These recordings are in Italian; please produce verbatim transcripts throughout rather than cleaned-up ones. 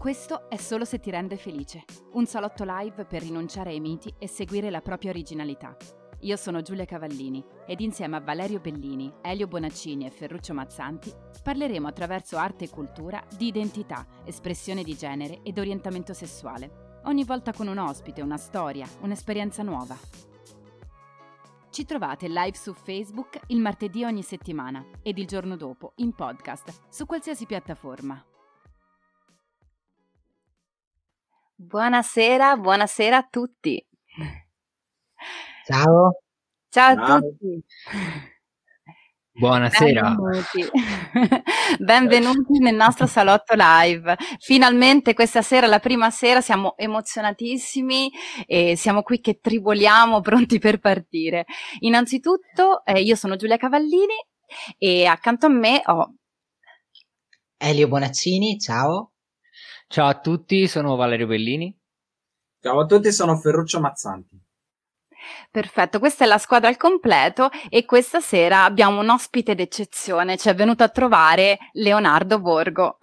Questo è Solo se ti rende felice, un salotto live per rinunciare ai miti e seguire la propria originalità. Io sono Giulia Cavallini ed insieme a Valerio Bellini, Elio Bonaccini e Ferruccio Mazzanti parleremo attraverso arte e cultura di identità, espressione di genere ed orientamento sessuale. Ogni volta con un ospite, una storia, un'esperienza nuova. Ci trovate live su Facebook il martedì ogni settimana ed il giorno dopo in podcast su qualsiasi piattaforma. Buonasera, buonasera a tutti. Ciao. Ciao a Ciao. tutti. Buonasera. Benvenuti. Benvenuti nel nostro salotto live. Finalmente questa sera, la prima sera, siamo emozionatissimi e siamo qui che triboliamo, pronti per partire. Innanzitutto, eh, io sono Giulia Cavallini e accanto a me ho Elio Bonaccini, ciao. Ciao a tutti, sono Valerio Bellini. Ciao a tutti, sono Ferruccio Mazzanti. Perfetto, questa è la squadra al completo e questa sera abbiamo un ospite d'eccezione, ci è venuto a trovare Leonardo Borgo.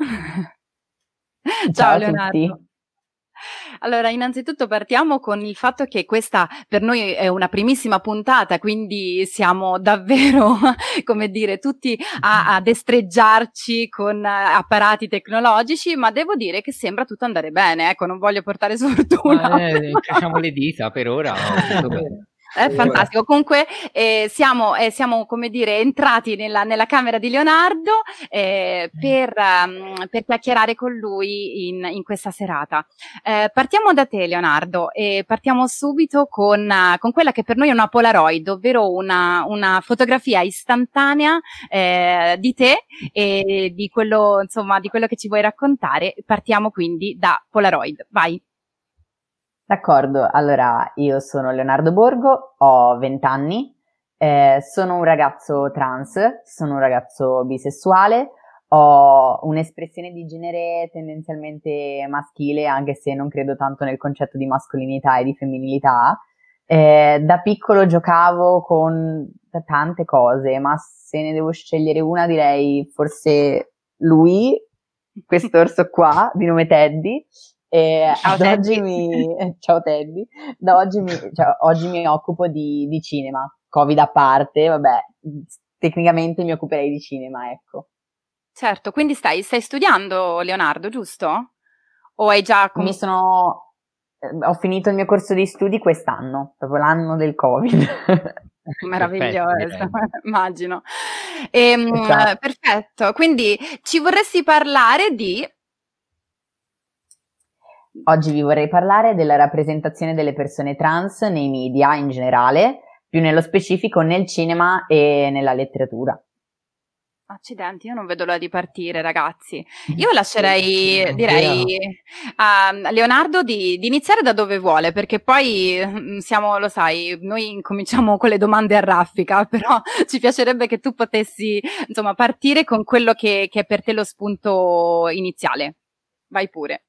Ciao, Ciao a Leonardo. tutti. Allora, innanzitutto partiamo con il fatto che questa per noi è una primissima puntata, quindi siamo davvero, come dire, tutti a, a destreggiarci con apparati tecnologici, ma devo dire che sembra tutto andare bene, ecco, non voglio portare sfortuna. Ma, eh, incrociamo le dita per ora. Tutto bene. È fantastico. Comunque eh, siamo, eh, siamo, come dire, entrati nella, nella camera di Leonardo eh, per, um, per chiacchierare con lui in, in questa serata. Eh, partiamo da te, Leonardo, e partiamo subito con, uh, con quella che per noi è una Polaroid, ovvero una, una fotografia istantanea eh, di te e di quello, insomma, di quello che ci vuoi raccontare. Partiamo quindi da Polaroid. Vai. D'accordo, allora io sono Leonardo Borgo, ho venti anni, eh, sono un ragazzo trans, sono un ragazzo bisessuale, ho un'espressione di genere tendenzialmente maschile, anche se non credo tanto nel concetto di mascolinità e di femminilità. Eh, da piccolo giocavo con tante cose, ma se ne devo scegliere una direi forse lui, quest'orso qua, di nome Teddy. E Ciao, ad Teddy. oggi mi ciao Teddy, da oggi mi, cioè, oggi mi occupo di, di cinema, Covid a parte, vabbè, tecnicamente mi occuperei di cinema, ecco. Certo, quindi stai, stai studiando, Leonardo, giusto? O hai già... com- Mi sono, eh, ho finito il mio corso di studi quest'anno, proprio l'anno del Covid. Meraviglioso, Perfetto, direi. immagino. Ehm, Esatto. perfetto, quindi ci vorresti parlare di... Oggi vi vorrei parlare della rappresentazione delle persone trans nei media in generale, più nello specifico nel cinema e nella letteratura. Accidenti, io non vedo l'ora di partire, ragazzi. Io lascerei, direi, a Leonardo di, di iniziare da dove vuole, perché poi mm, siamo, lo sai, noi incominciamo con le domande a raffica, però ci piacerebbe che tu potessi, insomma, partire con quello che, che è per te lo spunto iniziale. Vai pure.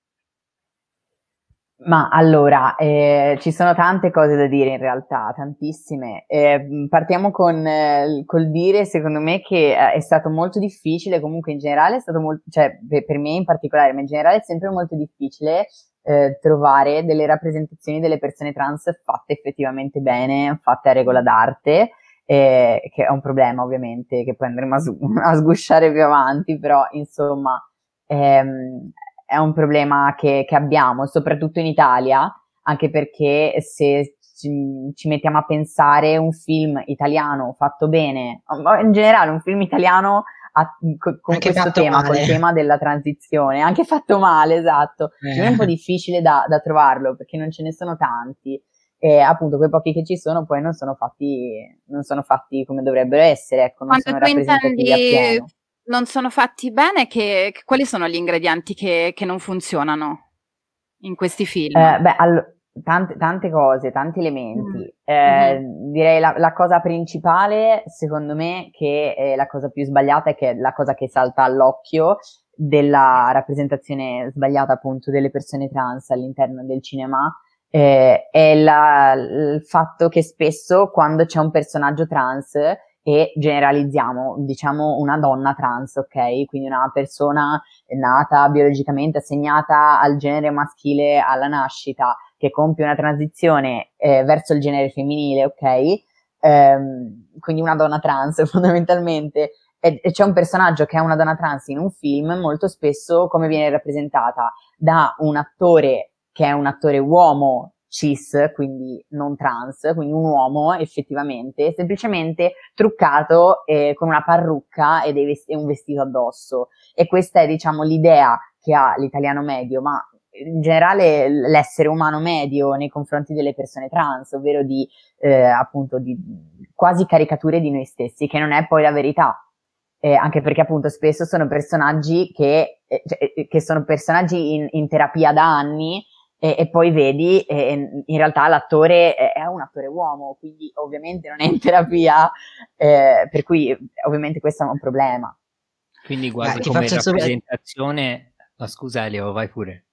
Ma allora, eh, ci sono tante cose da dire in realtà, tantissime. Eh, partiamo con eh, col dire, secondo me, che eh, è stato molto difficile, comunque in generale è stato molto, cioè per, per me in particolare, ma in generale è sempre molto difficile eh, trovare delle rappresentazioni delle persone trans fatte effettivamente bene, fatte a regola d'arte, eh, che è un problema ovviamente, che poi andremo a, su- a sgusciare più avanti, però insomma... Ehm, è un problema che, che abbiamo, soprattutto in Italia, anche perché se ci, ci mettiamo a pensare un film italiano fatto bene, ma in generale un film italiano a- co- con Anche questo fatto tema, male. col tema della transizione, anche fatto male, esatto, Eh. è un po' difficile da, da trovarlo perché non ce ne sono tanti. E appunto quei pochi che ci sono poi non sono fatti, non sono fatti come dovrebbero essere, ecco, non Quando sono tu rappresentativi intendi appieno. non sono fatti bene, che, che- quali sono gli ingredienti che, che non funzionano in questi film? Eh, beh, allo- tante, tante cose, tanti elementi. Mm. Eh, Mhm. direi la, la cosa principale, secondo me, che è la cosa più sbagliata e che è la cosa che salta all'occhio della rappresentazione sbagliata appunto delle persone trans all'interno del cinema, eh, è la- il fatto che spesso quando c'è un personaggio trans e generalizziamo, diciamo una donna trans, ok? Quindi una persona nata biologicamente assegnata al genere maschile alla nascita, che compie una transizione eh, verso il genere femminile, ok? Ehm, quindi una donna trans fondamentalmente, e, e c'è un personaggio che è una donna trans in un film, molto spesso come viene rappresentata da un attore che è un attore uomo cis, quindi non trans, quindi un uomo effettivamente, semplicemente truccato eh, con una parrucca e, dei vest- e un vestito addosso. E questa è, diciamo, l'idea che ha l'italiano medio, ma in generale l'essere umano medio nei confronti delle persone trans, ovvero di eh, appunto di quasi caricature di noi stessi, che non è poi la verità. Eh, anche perché appunto spesso sono personaggi che, eh, cioè, che sono personaggi in, in terapia da anni e, e poi vedi eh, in realtà l'attore è, è un attore uomo, quindi ovviamente non è in terapia, eh, per cui ovviamente questo è un problema. Quindi quasi Beh, ti come faccio sub- rappresentazione... Oh, scusa Elio, vai pure.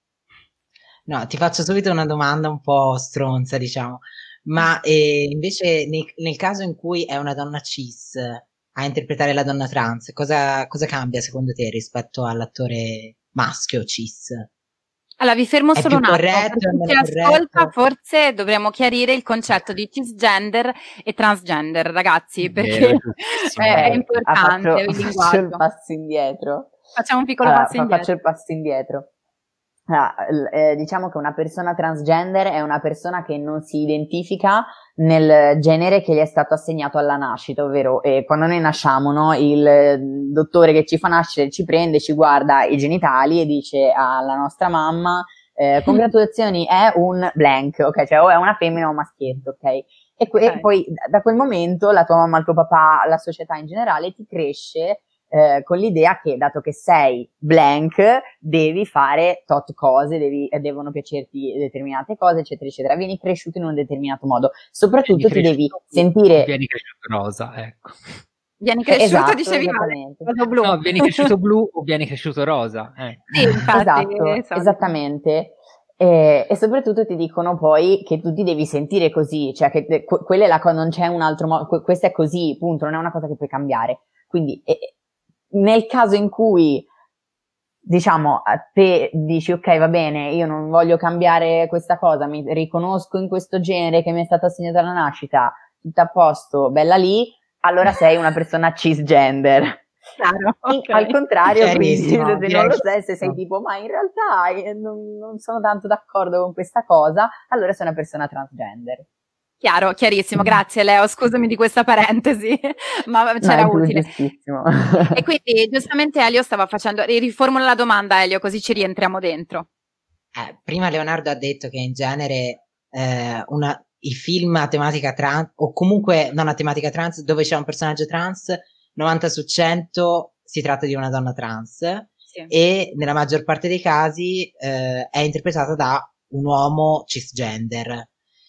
No, ti faccio subito una domanda un po' stronza, diciamo. Ma eh, invece nel, nel caso in cui è una donna cis a interpretare la donna trans, cosa, cosa cambia secondo te rispetto all'attore maschio cis? Allora, vi fermo È solo più un attimo, corretto, per è chi ci meno ascolta corretto? forse dovremmo chiarire il concetto di cisgender e transgender, ragazzi, Vero, perché giustissimo. è, è Eh, importante faccio, il faccio il linguaggio. passo indietro. Facciamo un piccolo Allora, passo fa- faccio indietro. il passo indietro. Allora, l- eh, diciamo che una persona transgender è una persona che non si identifica nel genere che gli è stato assegnato alla nascita, ovvero eh, quando noi nasciamo, no, il eh, dottore che ci fa nascere ci prende, ci guarda i genitali e dice alla nostra mamma eh, congratulazioni, è un blank, ok? Cioè o è una femmina o un maschietto, ok? E, que- Ok. e poi da da quel momento la tua mamma, il tuo papà, la società in generale ti cresce eh, con l'idea che dato che sei blank devi fare tot cose, devi, eh, devono piacerti determinate cose, eccetera, eccetera. Vieni cresciuto in un determinato modo. Soprattutto ti devi cresciuto sentire... Vieni cresciuto rosa, ecco. Vieni Eh, cresciuto, esatto, dicevi male, esattamente. rosa blu. No, vieni cresciuto blu o vieni cresciuto rosa, ecco. Sì, infatti, Esatto, solito. esattamente. E, e soprattutto ti dicono poi che tu ti devi sentire così, cioè che que- quella è la cosa, non c'è un altro modo, que- questo è così, punto, non è una cosa che puoi cambiare. Quindi e- nel caso in cui, diciamo, a te dici ok, va bene, io non voglio cambiare questa cosa, mi riconosco in questo genere che mi è stato assegnato alla nascita, tutto a posto, bella lì, allora sei una persona cisgender. Chiaro, In- ok. al contrario, quindi, Chiarissimo, se direi non lo che- sai, se sei tipo, ma in realtà eh, non, non sono tanto d'accordo con questa cosa, allora sei una persona transgender. Chiaro, chiarissimo, grazie Leo, scusami di questa parentesi, ma No, c'era è giu- utile. giustissimo. E quindi giustamente Elio stava facendo, riformula la domanda Elio, così ci rientriamo dentro. Eh, prima Leonardo ha detto che in genere eh, una- i film a tematica trans, o comunque non a tematica trans, dove c'è un personaggio trans, novanta su cento si tratta di una donna trans Sì. e nella maggior parte dei casi eh, è interpretata da un uomo cisgender.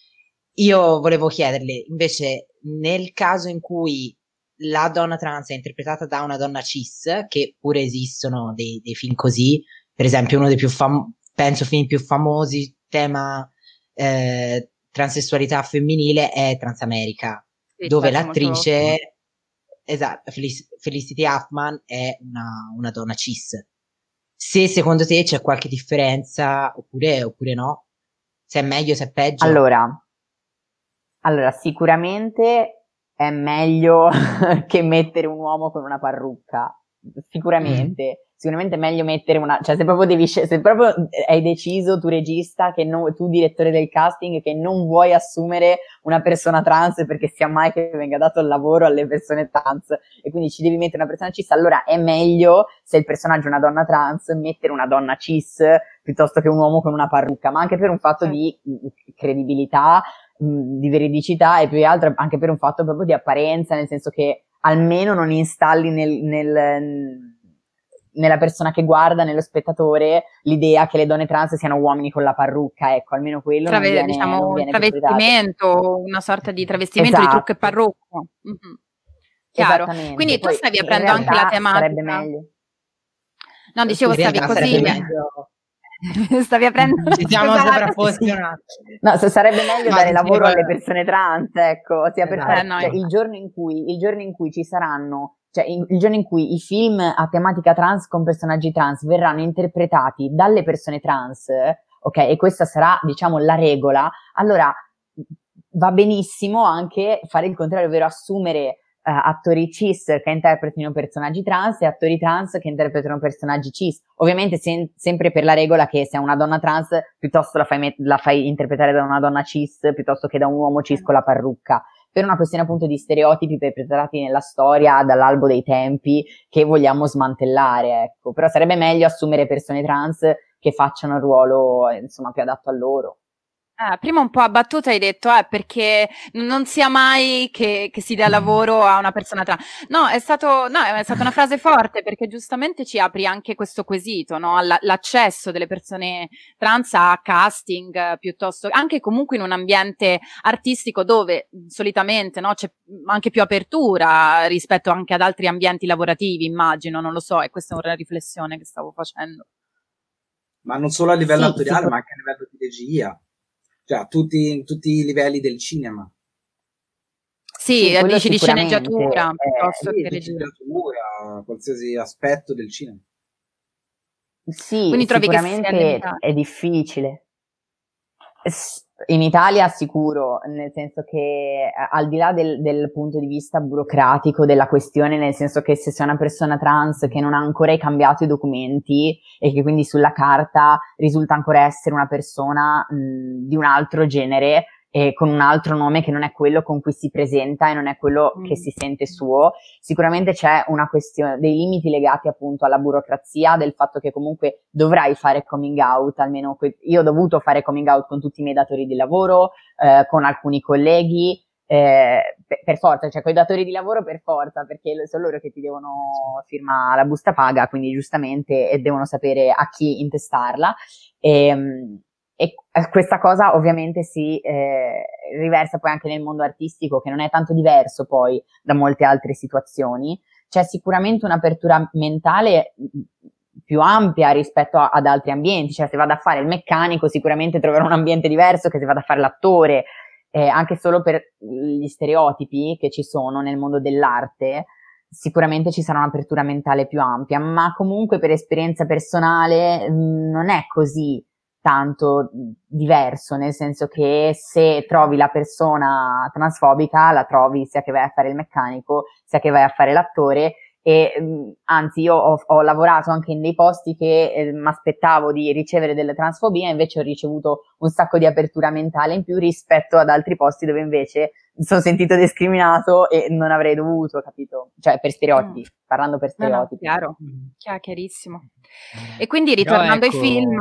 Io volevo chiederle, invece, nel caso in cui la donna trans è interpretata da una donna cis, che pure esistono dei, dei film così, per esempio uno dei più famosi, penso film più famosi, tema eh, transessualità femminile è Transamerica, Sì, dove certo, l'attrice, molto- esatto, Felic- Felicity Huffman è una, una donna cis. Se secondo te c'è qualche differenza oppure, oppure no? Se è meglio, se è peggio? Allora, allora, sicuramente è meglio che mettere un uomo con una parrucca, sicuramente. Sicuramente è meglio mettere una, cioè se proprio devi scel- se proprio hai deciso tu regista che no, tu direttore del casting che non vuoi assumere una persona trans perché sia mai che venga dato il lavoro alle persone trans e quindi ci devi mettere una persona cis, allora è meglio se il personaggio è una donna trans mettere una donna cis piuttosto che un uomo con una parrucca, ma anche per un fatto di mh, credibilità, mh, di veridicità e più che altro anche per un fatto proprio di apparenza, nel senso che almeno non installi nel, nel nella persona che guarda, nello spettatore, l'idea che le donne trans siano uomini con la parrucca, ecco, almeno quello non Trave- viene, diciamo non un viene perpetrato. travestimento, una sorta di travestimento di trucco e Esatto. parrucco. Mhm. Chiaro. Esattamente. Quindi tu Poi, stavi in aprendo anche la realtà tematica. sarebbe meglio. No, dicevo, In stavi realtà così. sarebbe meglio, Stavi aprendo Ci siamo sovrapposti un attimo. No, se sarebbe meglio No, dare dicevo- lavoro alle persone trans, ecco, sia per Esatto. fare- Eh, no, cioè, il giorno in cui il giorno in cui ci saranno, cioè in- il giorno in cui i film a tematica trans con personaggi trans verranno interpretati dalle persone trans, ok, e questa sarà, diciamo, la regola, allora va benissimo anche fare il contrario, ovvero assumere Uh, attori cis che interpretino personaggi trans e attori trans che interpretano personaggi cis, ovviamente sen- sempre per la regola che se è una donna trans piuttosto la fai, met- la fai interpretare da una donna cis piuttosto che da un uomo cis con la parrucca, per una questione appunto di stereotipi perpetrati nella storia dall'albo dei tempi che vogliamo smantellare, ecco. Però sarebbe meglio assumere persone trans che facciano il ruolo insomma più adatto a loro. Ah, prima un po' a battuta hai detto, eh, perché non sia mai che, che si dia lavoro a una persona trans. No, è stato, no, è stata una frase forte, perché giustamente ci apri anche questo quesito, no? Alla- L'accesso delle persone trans a casting, eh, piuttosto, anche comunque in un ambiente artistico dove mh, solitamente, no, c'è mh, anche più apertura rispetto anche ad altri ambienti lavorativi, immagino, non lo so, e questa è una riflessione che stavo facendo. Ma non solo a livello Sì, attoriale, sicur- ma anche a livello di regia. Cioè, a tutti, in tutti i livelli del cinema. Sì, Sì, quello dici di sicuramente, sceneggiatura eh, piuttosto Sì, che di regia. sceneggiatura, qualsiasi aspetto del cinema. Sì, Quindi trovi che sia sicuramente limitato? è difficile. S- In Italia sicuro, nel senso che eh, al di là del, del punto di vista burocratico della questione, nel senso che se sei una persona trans che non ha ancora cambiato i documenti e che quindi sulla carta risulta ancora essere una persona mh, di un altro genere e con un altro nome che non è quello con cui si presenta e non è quello Mm. che si sente suo, sicuramente c'è una questione, dei limiti legati appunto alla burocrazia, del fatto che comunque dovrai fare coming out, almeno que- io ho dovuto fare coming out con tutti i miei datori di lavoro, eh, con alcuni colleghi, eh, per, per forza, cioè con i datori di lavoro per forza, perché sono loro che ti devono firmare la busta paga, quindi giustamente e devono sapere a chi intestarla. E, e questa cosa ovviamente si eh, riversa poi anche nel mondo artistico, che non è tanto diverso poi da molte altre situazioni. C'è sicuramente un'apertura mentale più ampia rispetto a, ad altri ambienti, cioè se vado a fare il meccanico sicuramente troverò un ambiente diverso che se vado a fare l'attore, eh, anche solo per gli stereotipi che ci sono nel mondo dell'arte, sicuramente ci sarà un'apertura mentale più ampia, ma comunque per esperienza personale mh, non è così tanto diverso, nel senso che se trovi la persona transfobica, la trovi sia che vai a fare il meccanico, sia che vai a fare l'attore, e mh, anzi io ho, ho lavorato anche in dei posti che eh, mi aspettavo di ricevere delle transfobie, invece ho ricevuto un sacco di apertura mentale in più rispetto ad altri posti dove invece mi sono sentito discriminato e non avrei dovuto, capito? Cioè per stereotipi, Mm. parlando per No, no, stereotipi. chiaro, chiaro, chiarissimo. E quindi Però ritornando ai ecco, film,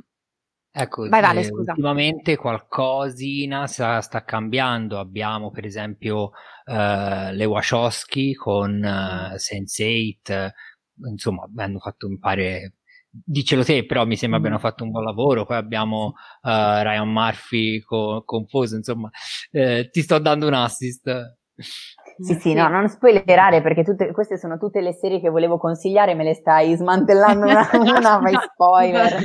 ecco, vai Vale, eh, scusa. ultimamente qualcosina sta, sta cambiando. Abbiamo per esempio eh, le Wachowski con eh, sense eight, eh, insomma, hanno fatto, mi pare, dicelo te, però mi sembra abbiano fatto un buon lavoro. Poi abbiamo eh, Ryan Murphy co- con Pose, insomma, eh, ti sto dando un assist. Sì, sì, no, non spoilerare perché tutte, queste sono tutte le serie che volevo consigliare, me le stai smantellando una a una, fai spoiler.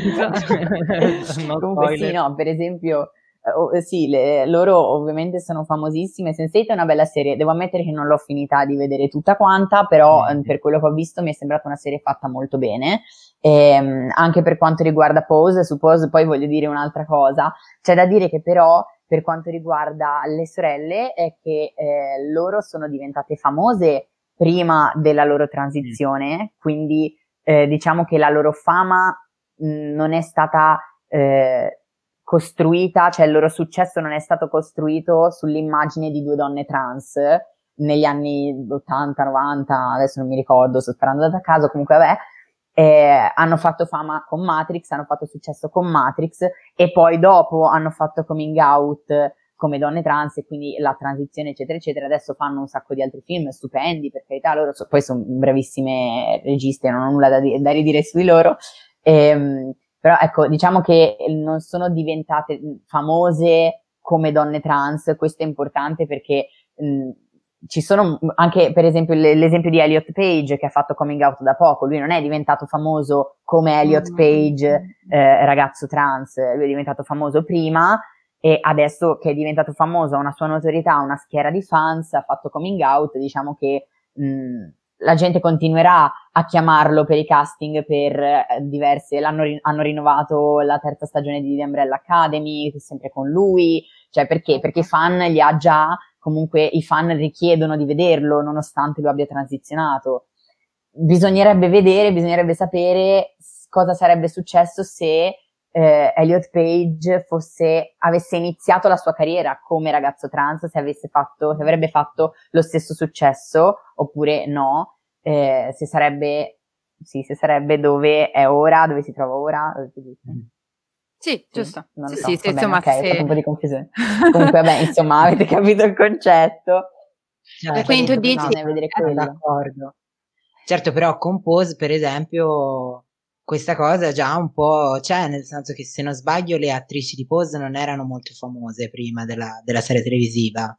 No Comunque sì, spoiler. no, per esempio, eh, oh, sì, le- loro ovviamente sono famosissime, sense eight è una bella serie, devo ammettere che non l'ho finita di vedere tutta quanta, però Mm. eh, per quello che ho visto mi è sembrata una serie fatta molto bene. E, anche per quanto riguarda Pose, su Pose poi voglio dire un'altra cosa, c'è da dire che però per quanto riguarda le sorelle è che eh, loro sono diventate famose prima della loro transizione, quindi eh, diciamo che la loro fama mh, non è stata eh, costruita, cioè il loro successo non è stato costruito sull'immagine di due donne trans negli anni ottanta, novanta, adesso non mi ricordo, sto sparando da caso, comunque vabbè, eh, hanno fatto fama con Matrix, hanno fatto successo con Matrix e poi dopo hanno fatto coming out come donne trans e quindi la transizione eccetera eccetera, adesso fanno un sacco di altri film stupendi, per carità, loro so, poi sono bravissime registe, non ho nulla da, di- da ridire su di loro, ehm, però ecco, diciamo che non sono diventate famose come donne trans, questo è importante perché mh, ci sono anche, per esempio, l'esempio di Elliot Page, che ha fatto coming out da poco. Lui non è diventato famoso come Elliot Page, eh, ragazzo trans, lui è diventato famoso prima, e adesso che è diventato famoso, ha una sua notorietà, una schiera di fans, ha fatto coming out, diciamo che mh, la gente continuerà a chiamarlo per i casting per eh, diverse, l'hanno ri- hanno rinnovato la terza stagione di The Umbrella Academy, sempre con lui, cioè perché? Perché i fan li ha già, comunque i fan richiedono di vederlo nonostante lui abbia transizionato. Bisognerebbe vedere, bisognerebbe sapere cosa sarebbe successo se eh, Elliot Page fosse, avesse iniziato la sua carriera come ragazzo trans, se avesse fatto, se avrebbe fatto lo stesso successo oppure no, eh, se sarebbe, sì, se sarebbe dove è ora, dove si trova ora. Sì, giusto. Non sì, so, sì, sì, bene, insomma, ok, ho se... fatto un po' di confusione. Comunque, vabbè, insomma, avete capito il concetto. Certo, quindi tu no, dici- bisogna vedere sono quello. d'accordo. Certo, però con Pose, per esempio, questa cosa già un po' c'è, nel senso che se non sbaglio le attrici di Pose non erano molto famose prima della, della serie televisiva.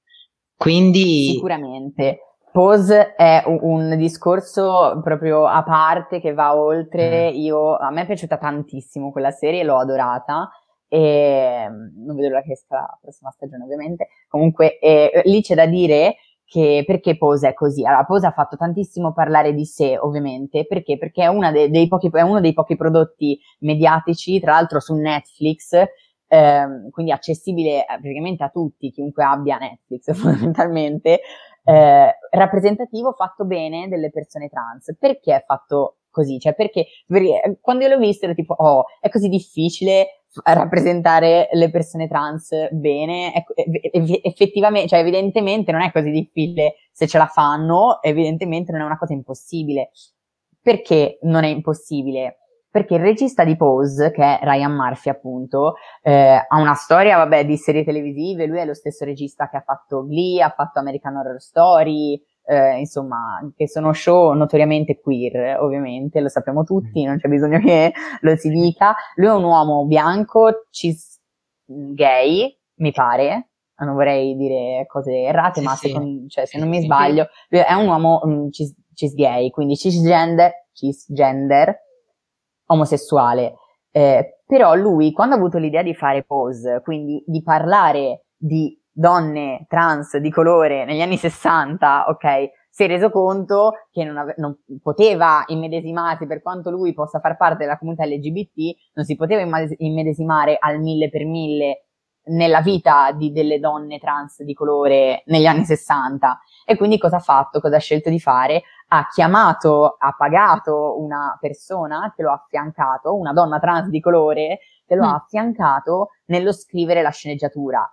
Quindi Sicuramente. Pose è un, un discorso proprio a parte che va oltre. Mm. Io, a me è piaciuta tantissimo quella serie, l'ho adorata e mm, non vedo l'ora che esca la prossima stagione, ovviamente. Comunque, eh, lì c'è da dire che perché Pose è così. Allora, Pose ha fatto tantissimo parlare di sé, ovviamente, perché? Perché è, una dei, dei pochi, è uno dei pochi prodotti mediatici, tra l'altro su Netflix, ehm, quindi accessibile eh, praticamente a tutti, chiunque abbia Netflix fondamentalmente, eh, rappresentativo, fatto bene delle persone trans. Perché è fatto così? Cioè perché, perché quando io l'ho visto ero tipo, oh, è così difficile rappresentare le persone trans bene, è, è, effettivamente, cioè evidentemente non è così difficile se ce la fanno, evidentemente non è una cosa impossibile. Perché non è impossibile? Perché il regista di Pose, che è Ryan Murphy appunto, eh, ha una storia, vabbè, di serie televisive, lui è lo stesso regista che ha fatto Glee, ha fatto American Horror Story, eh, insomma, che sono show notoriamente queer, ovviamente, lo sappiamo tutti, non c'è bisogno che lo si dica. Lui è un uomo bianco, cis gay, mi pare, non vorrei dire cose errate, Sì, ma sì. secondo, cioè, se Sì, non mi sì. sbaglio, lui è un uomo um, cis, cis-gay, quindi cisgender, cisgender, omosessuale. Eh, però lui, quando ha avuto l'idea di fare Pose, quindi di parlare di donne trans di colore negli anni sessanta, ok, si è reso conto che non, ave- non poteva immedesimarsi, per quanto lui possa far parte della comunità L G B T, non si poteva immades- immedesimare al mille per mille nella vita di, delle donne trans di colore negli anni sessanta. E quindi cosa ha fatto? Cosa ha scelto di fare? Ha chiamato, ha pagato una persona che lo ha affiancato, una donna trans di colore, che lo Mm. ha affiancato nello scrivere la sceneggiatura.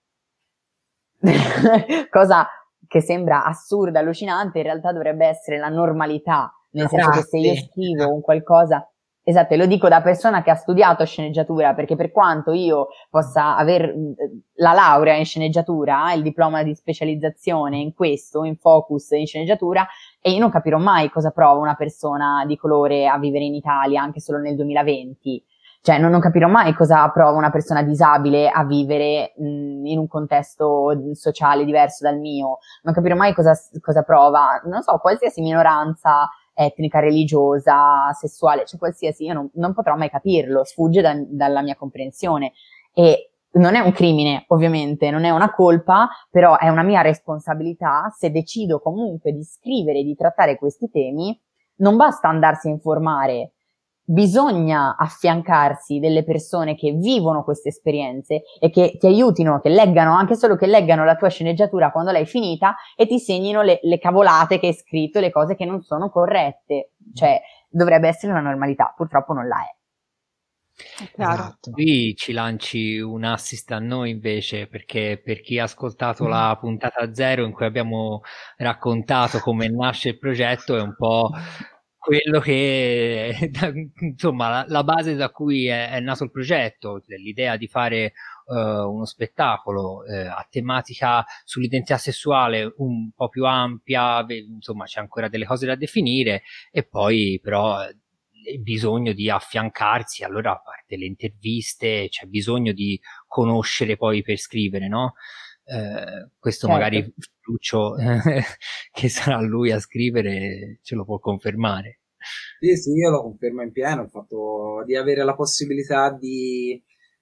Cosa che sembra assurda, allucinante, in realtà dovrebbe essere la normalità, nel La senso che se io prassi. scrivo un qualcosa, esatto, e lo dico da persona che ha studiato sceneggiatura, perché per quanto io possa aver la laurea in sceneggiatura, il diploma di specializzazione in questo, in focus in sceneggiatura, e io non capirò mai cosa prova una persona di colore a vivere in Italia, anche solo nel duemilaventi. Cioè, non, non capirò mai cosa prova una persona disabile a vivere mh, in un contesto sociale diverso dal mio, non capirò mai cosa, cosa prova, non so, qualsiasi minoranza etnica, religiosa, sessuale, cioè qualsiasi, io non, non potrò mai capirlo, sfugge da, dalla mia comprensione. E non è un crimine, ovviamente, non è una colpa, però è una mia responsabilità se decido comunque di scrivere, di trattare questi temi. Non basta andarsi a informare, bisogna affiancarsi delle persone che vivono queste esperienze e che ti aiutino, che leggano, anche solo che leggano la tua sceneggiatura quando l'hai finita e ti segnino le, le cavolate che hai scritto, le cose che non sono corrette. Cioè, dovrebbe essere una normalità, purtroppo non la è. È chiaro. Esatto. Qui ci lanci un assist a noi invece, perché per chi ha ascoltato la puntata zero in cui abbiamo raccontato come nasce il progetto, è un po' quello che, insomma, la, la base da cui è, è nato il progetto, l'idea di fare uh, uno spettacolo uh, a tematica sull'identità sessuale un po' più ampia, insomma c'è ancora delle cose da definire, e poi però bisogno di affiancarsi, allora a parte le interviste c'è bisogno di conoscere poi per scrivere, no? Eh, questo Certo. magari Lucio, che sarà lui a scrivere, ce lo può confermare. Sì, sì, io lo confermo in pieno, il fatto di avere la possibilità di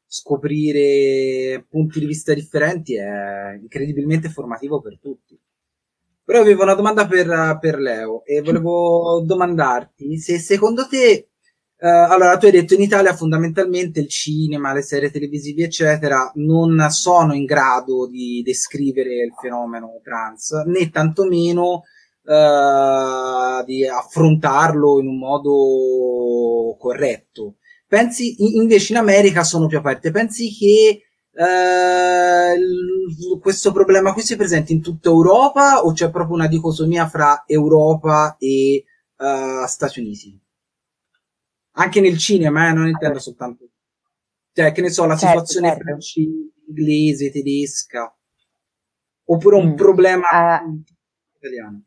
scoprire punti di vista differenti è incredibilmente formativo per tutti. Però avevo una domanda per, per Leo e volevo domandarti se secondo te, eh, allora tu hai detto in Italia fondamentalmente il cinema, le serie televisive eccetera non sono in grado di descrivere il fenomeno trans, né tantomeno eh, di affrontarlo in un modo corretto. Pensi, invece in America sono più aperte, pensi che eh, l- questo problema qui si presenta in tutta Europa o c'è proprio una dicotomia fra Europa e eh, Stati Uniti? Anche nel cinema, eh, non intendo soltanto. Cioè, che ne so, la Certo, situazione certo. francese, inglese, tedesca, oppure un Mm. problema Eh, italiano.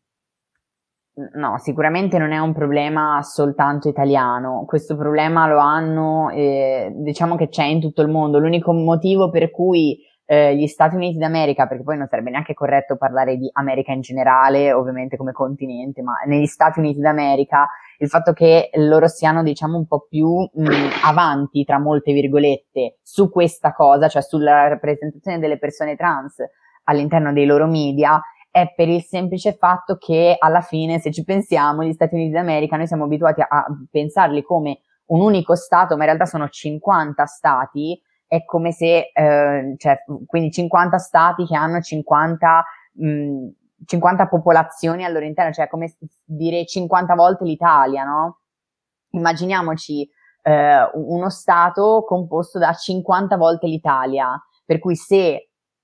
No, sicuramente non è un problema soltanto italiano, questo problema lo hanno, eh, diciamo che c'è in tutto il mondo. L'unico motivo per cui eh, gli Stati Uniti d'America, perché poi non sarebbe neanche corretto parlare di America in generale, ovviamente come continente, ma negli Stati Uniti d'America, il fatto che loro siano, diciamo, un po' più mh, avanti, tra molte virgolette, su questa cosa, cioè sulla rappresentazione delle persone trans all'interno dei loro media, è per il semplice fatto che alla fine, se ci pensiamo, gli Stati Uniti d'America, noi siamo abituati a, a pensarli come un unico stato, ma in realtà sono cinquanta stati, è come se, eh, cioè, quindi cinquanta stati che hanno cinquanta, mh, cinquanta popolazioni al loro interno, cioè come dire cinquanta volte l'Italia, no? Immaginiamoci eh, uno stato composto da cinquanta volte l'Italia, per cui se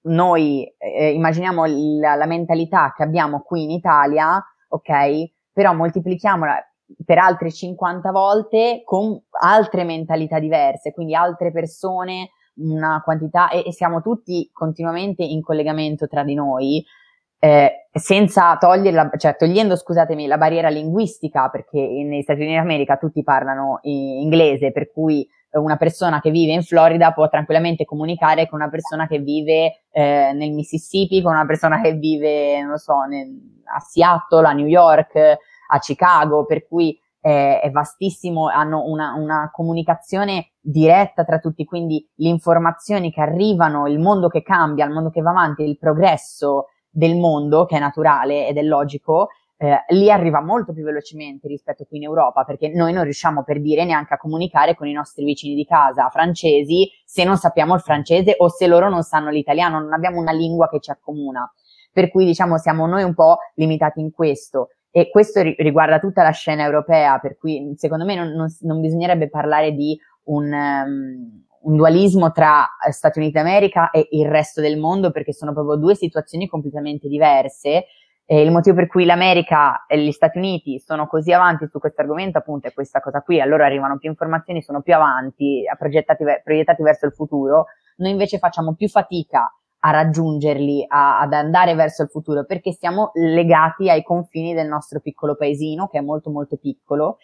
noi eh, immaginiamo la, la mentalità che abbiamo qui in Italia, ok? Però moltiplichiamola per altre cinquanta volte con altre mentalità diverse, quindi altre persone, una quantità, e, e siamo tutti continuamente in collegamento tra di noi, eh, senza togliere, la, cioè togliendo, scusatemi, la barriera linguistica, perché negli Stati Uniti d'America tutti parlano inglese, per cui una persona che vive in Florida può tranquillamente comunicare con una persona che vive eh, nel Mississippi, con una persona che vive, non lo so, nel, a Seattle, a New York, a Chicago, per cui eh, è vastissimo, hanno una, una comunicazione diretta tra tutti, quindi le informazioni che arrivano, il mondo che cambia, il mondo che va avanti, il progresso del mondo, che è naturale ed è logico, Eh, lì arriva molto più velocemente rispetto qui in Europa, perché noi non riusciamo, per dire, neanche a comunicare con i nostri vicini di casa francesi se non sappiamo il francese o se loro non sanno l'italiano, non abbiamo una lingua che ci accomuna, per cui diciamo siamo noi un po' limitati in questo, e questo ri- riguarda tutta la scena europea, per cui secondo me non, non, non bisognerebbe parlare di un, um, un dualismo tra Stati Uniti d'America e il resto del mondo, perché sono proprio due situazioni completamente diverse. E il motivo per cui l'America e gli Stati Uniti sono così avanti su questo argomento, appunto, è questa cosa qui. A loro arrivano più informazioni, sono più avanti, proiettati, proiettati verso il futuro. Noi invece facciamo più fatica a raggiungerli, a, ad andare verso il futuro, perché siamo legati ai confini del nostro piccolo paesino, che è molto molto piccolo.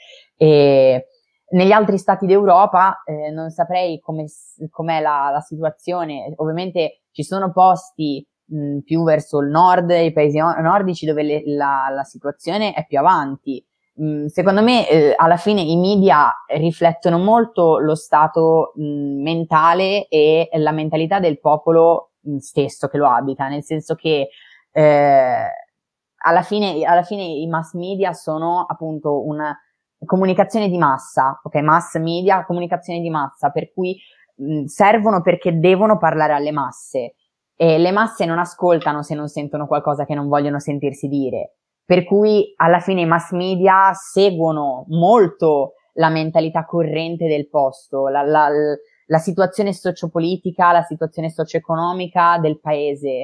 E negli altri stati d'Europa eh, non saprei come, com'è la, la situazione. Ovviamente ci sono posti più verso il nord, i paesi nordici, dove le, la, la situazione è più avanti. Mh, secondo me eh, alla fine i media riflettono molto lo stato mh, mentale e la mentalità del popolo mh, stesso che lo abita, nel senso che eh, alla fine, alla fine i mass media sono appunto una comunicazione di massa, ok? Mass media, comunicazione di massa, per cui mh, servono perché devono parlare alle masse. E le masse non ascoltano se non sentono qualcosa che non vogliono sentirsi dire, per cui alla fine i mass media seguono molto la mentalità corrente del posto, la, la, la situazione sociopolitica, la situazione socio-economica del paese.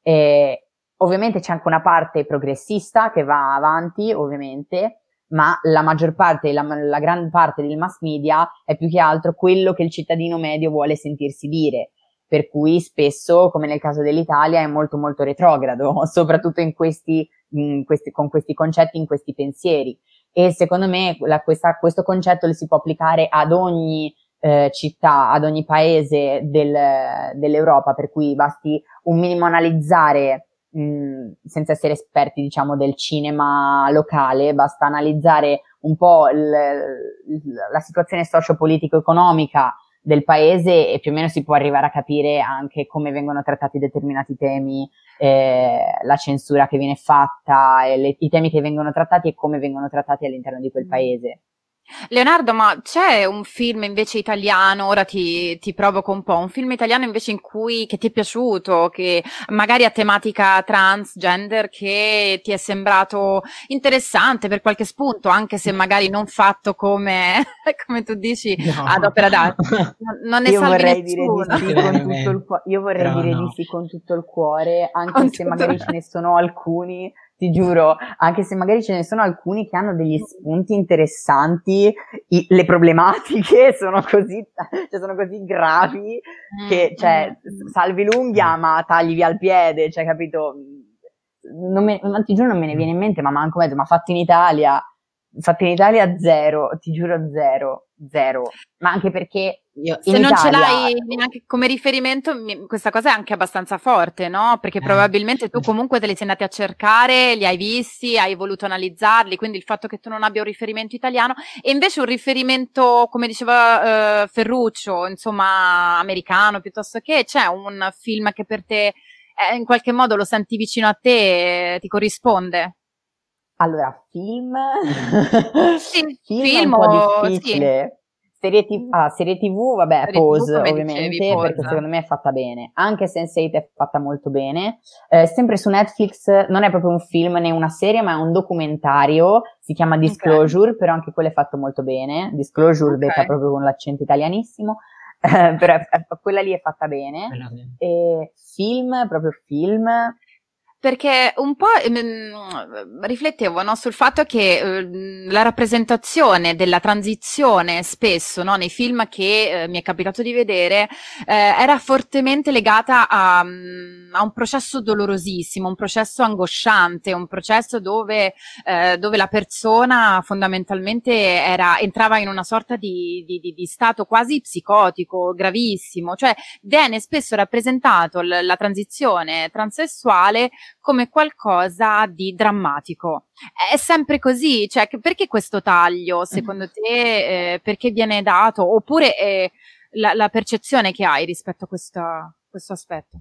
E ovviamente c'è anche una parte progressista che va avanti, ovviamente, ma la maggior parte, la, la gran parte del mass media è più che altro quello che il cittadino medio vuole sentirsi dire. Per cui spesso, come nel caso dell'Italia, è molto molto retrogrado, soprattutto in questi, in questi, con questi concetti, in questi pensieri. E secondo me la, questa, questo concetto lo si può applicare ad ogni eh, città, ad ogni paese del, dell'Europa, per cui basti un minimo analizzare, mh, senza essere esperti, diciamo, del cinema locale, basta analizzare un po' il, la situazione socio-politico-economica del paese e più o meno si può arrivare a capire anche come vengono trattati determinati temi, eh, la censura che viene fatta, e le, i temi che vengono trattati e come vengono trattati all'interno di quel paese. Leonardo, ma c'è un film invece italiano, ora ti, ti provoco un po', un film italiano invece in cui, che ti è piaciuto, che magari ha tematica transgender, che ti è sembrato interessante per qualche spunto, anche se magari non fatto come, come tu dici, no, ad opera d'arte. Non, non ne io salvi vorrei nessuno. Dire di sì con tutto il cuore, io vorrei Però dire no. di sì con tutto il cuore, anche Con se tutto- magari ce ne sono alcuni, ti giuro, anche se magari ce ne sono alcuni che hanno degli spunti interessanti, i- le problematiche sono così, cioè sono così gravi che, cioè, Mm. salvi l'unghia ma tagli via il piede, cioè, capito? Non me, ma ti giuro non me ne viene in mente, ma manco mezzo, ma fatto in Italia, fatto in Italia zero, ti giuro zero, zero, ma anche perché Io, Se in non ce Italia, l'hai neanche come riferimento, mi- questa cosa è anche abbastanza forte, no? Perché Eh. probabilmente tu comunque te li sei andati a cercare, li hai visti, hai voluto analizzarli, quindi il fatto che tu non abbia un riferimento italiano e invece un riferimento, come diceva eh, Ferruccio, insomma, americano, piuttosto che c'è un film che per te eh, in qualche modo lo senti vicino a te, eh, ti corrisponde? allora, film, Sì, film è film un po' o sì, difficile. Serie tivù, ah, serie tivù, vabbè, serie tivù Pose come dicevi, ovviamente, perché Pose. secondo me è fatta bene. Anche sense eight è fatta molto bene. Eh, sempre su Netflix, non è proprio un film né una serie, ma è un documentario, si chiama Disclosure, però anche quello è fatto molto bene. Disclosure Ok. detta proprio con l'accento italianissimo, eh, però è- è- quella lì è fatta bene. E film, proprio film... Perché un po' ehm, riflettevo, no, sul fatto che ehm, la rappresentazione della transizione spesso, no, nei film che eh, mi è capitato di vedere eh, era fortemente legata a, mm, a un processo dolorosissimo, un processo angosciante, un processo dove, eh, dove la persona fondamentalmente era, entrava in una sorta di, di, di, di stato quasi psicotico, gravissimo, cioè viene spesso rappresentato l- la transizione transessuale come qualcosa di drammatico. È sempre così, cioè che- perché questo taglio, secondo te, eh, perché viene dato, oppure eh, la, la percezione che hai rispetto a questa- questo aspetto?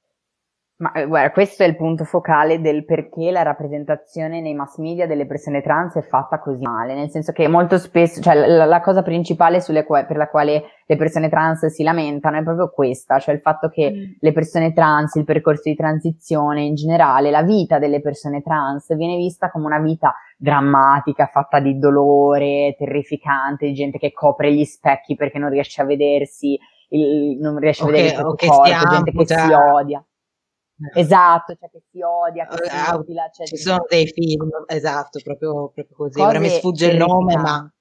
Ma eh, guarda, questo è il punto focale del perché la rappresentazione nei mass media delle persone trans è fatta così male, nel senso che molto spesso, cioè la, la cosa principale sulle qua- per la quale le persone trans si lamentano è proprio questa, cioè il fatto che Mm. le persone trans, il percorso di transizione in generale, la vita delle persone trans viene vista come una vita drammatica, fatta di dolore, terrificante, di gente che copre gli specchi perché non riesce a vedersi, il- non riesce a O vedere che- il o proprio che si corpo, gente che si amputa. odia. Esatto, cioè che si odia, che si Ah, mutila, cioè ci sono dei film, esatto, proprio, proprio così. Ora mi cose sfugge il nome, ma terrificanti.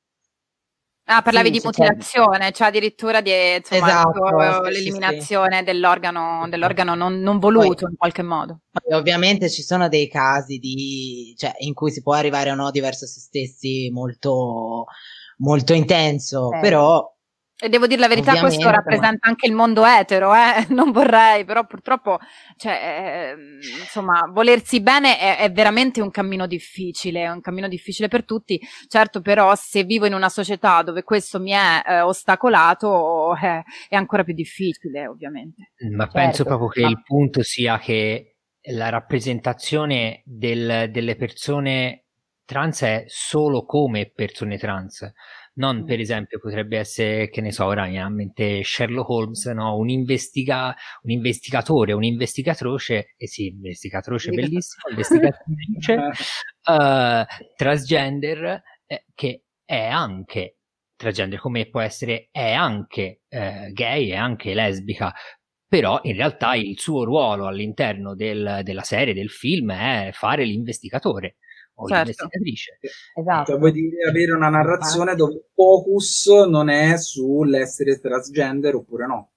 Ah, parlavi Sì, di cioè, cioè, mutilazione, cioè addirittura di, insomma, esatto, proprio sì, sì, sì. l'eliminazione dell'organo, dell'organo non, non Poi, voluto in qualche modo. poi ovviamente ci sono dei casi di, cioè, in cui si può arrivare a un odio verso se stessi molto, molto intenso, certo. però E devo dire la verità, questo ovviamente, ma- rappresenta anche il mondo etero, eh? Non vorrei, però purtroppo, cioè, eh, insomma, volersi bene è, è veramente un cammino difficile, è un cammino difficile per tutti. Certo, però, se vivo in una società dove questo mi è eh, ostacolato, eh, è ancora più difficile, ovviamente. Ma Certo. penso proprio che Ma- il punto sia che la rappresentazione del- delle persone trans è solo come persone trans, non Mm. per esempio potrebbe essere, che ne so, ora mi viene a mente Sherlock Holmes, no? Un, investiga- un investigatore, un'investigatrice, eh sì, investigatrice bellissima, investigatrice eh, transgender eh, che è anche transgender, come può essere, è anche eh, gay, è anche lesbica, però in realtà il suo ruolo all'interno del- della serie, del film, è fare l'investigatore o Certo. l'investigatrice. Esatto. Cioè, vuoi dire avere una narrazione dove il focus non è sull'essere transgender oppure no?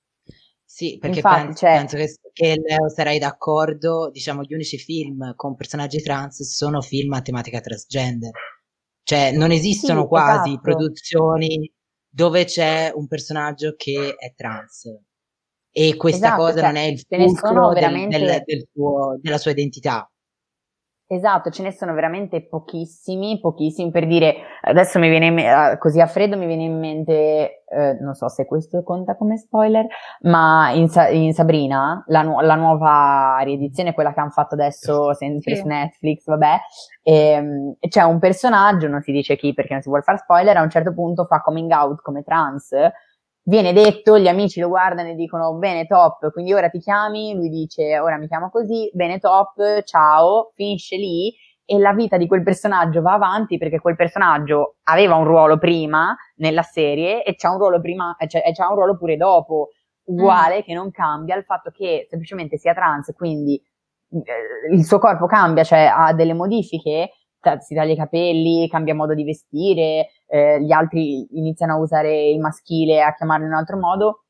sì, perché Infatti, penso, cioè- penso che, che Leo sarai d'accordo, diciamo, gli unici film con personaggi trans sono film a tematica transgender. Cioè, non esistono Sì, quasi esatto. produzioni dove c'è un personaggio che è trans e questa Esatto, cosa cioè, non è il ce ne sono fulcro del, veramente... del, del suo, della sua identità. Esatto, ce ne sono veramente pochissimi, pochissimi, per dire, adesso mi viene in me- così a freddo mi viene in mente, eh, non so se questo conta come spoiler, ma in, Sa- in Sabrina, la, nu- la nuova riedizione, quella che hanno fatto adesso sempre Sì. su Netflix, vabbè, ehm, c'è un personaggio, non si dice chi perché non si vuole far spoiler, a un certo punto fa coming out come trans. Viene detto, gli amici lo guardano e dicono bene top, quindi ora ti chiami, lui dice ora mi chiamo così, bene top, ciao, finisce lì e la vita di quel personaggio va avanti perché quel personaggio aveva un ruolo prima nella serie e c'ha un ruolo prima, cioè, e c'ha un ruolo pure dopo, uguale, mm. che non cambia il fatto che semplicemente sia trans, quindi eh, il suo corpo cambia, cioè ha delle modifiche, si taglia i capelli, cambia modo di vestire, eh, gli altri iniziano a usare il maschile, a chiamarlo in un altro modo,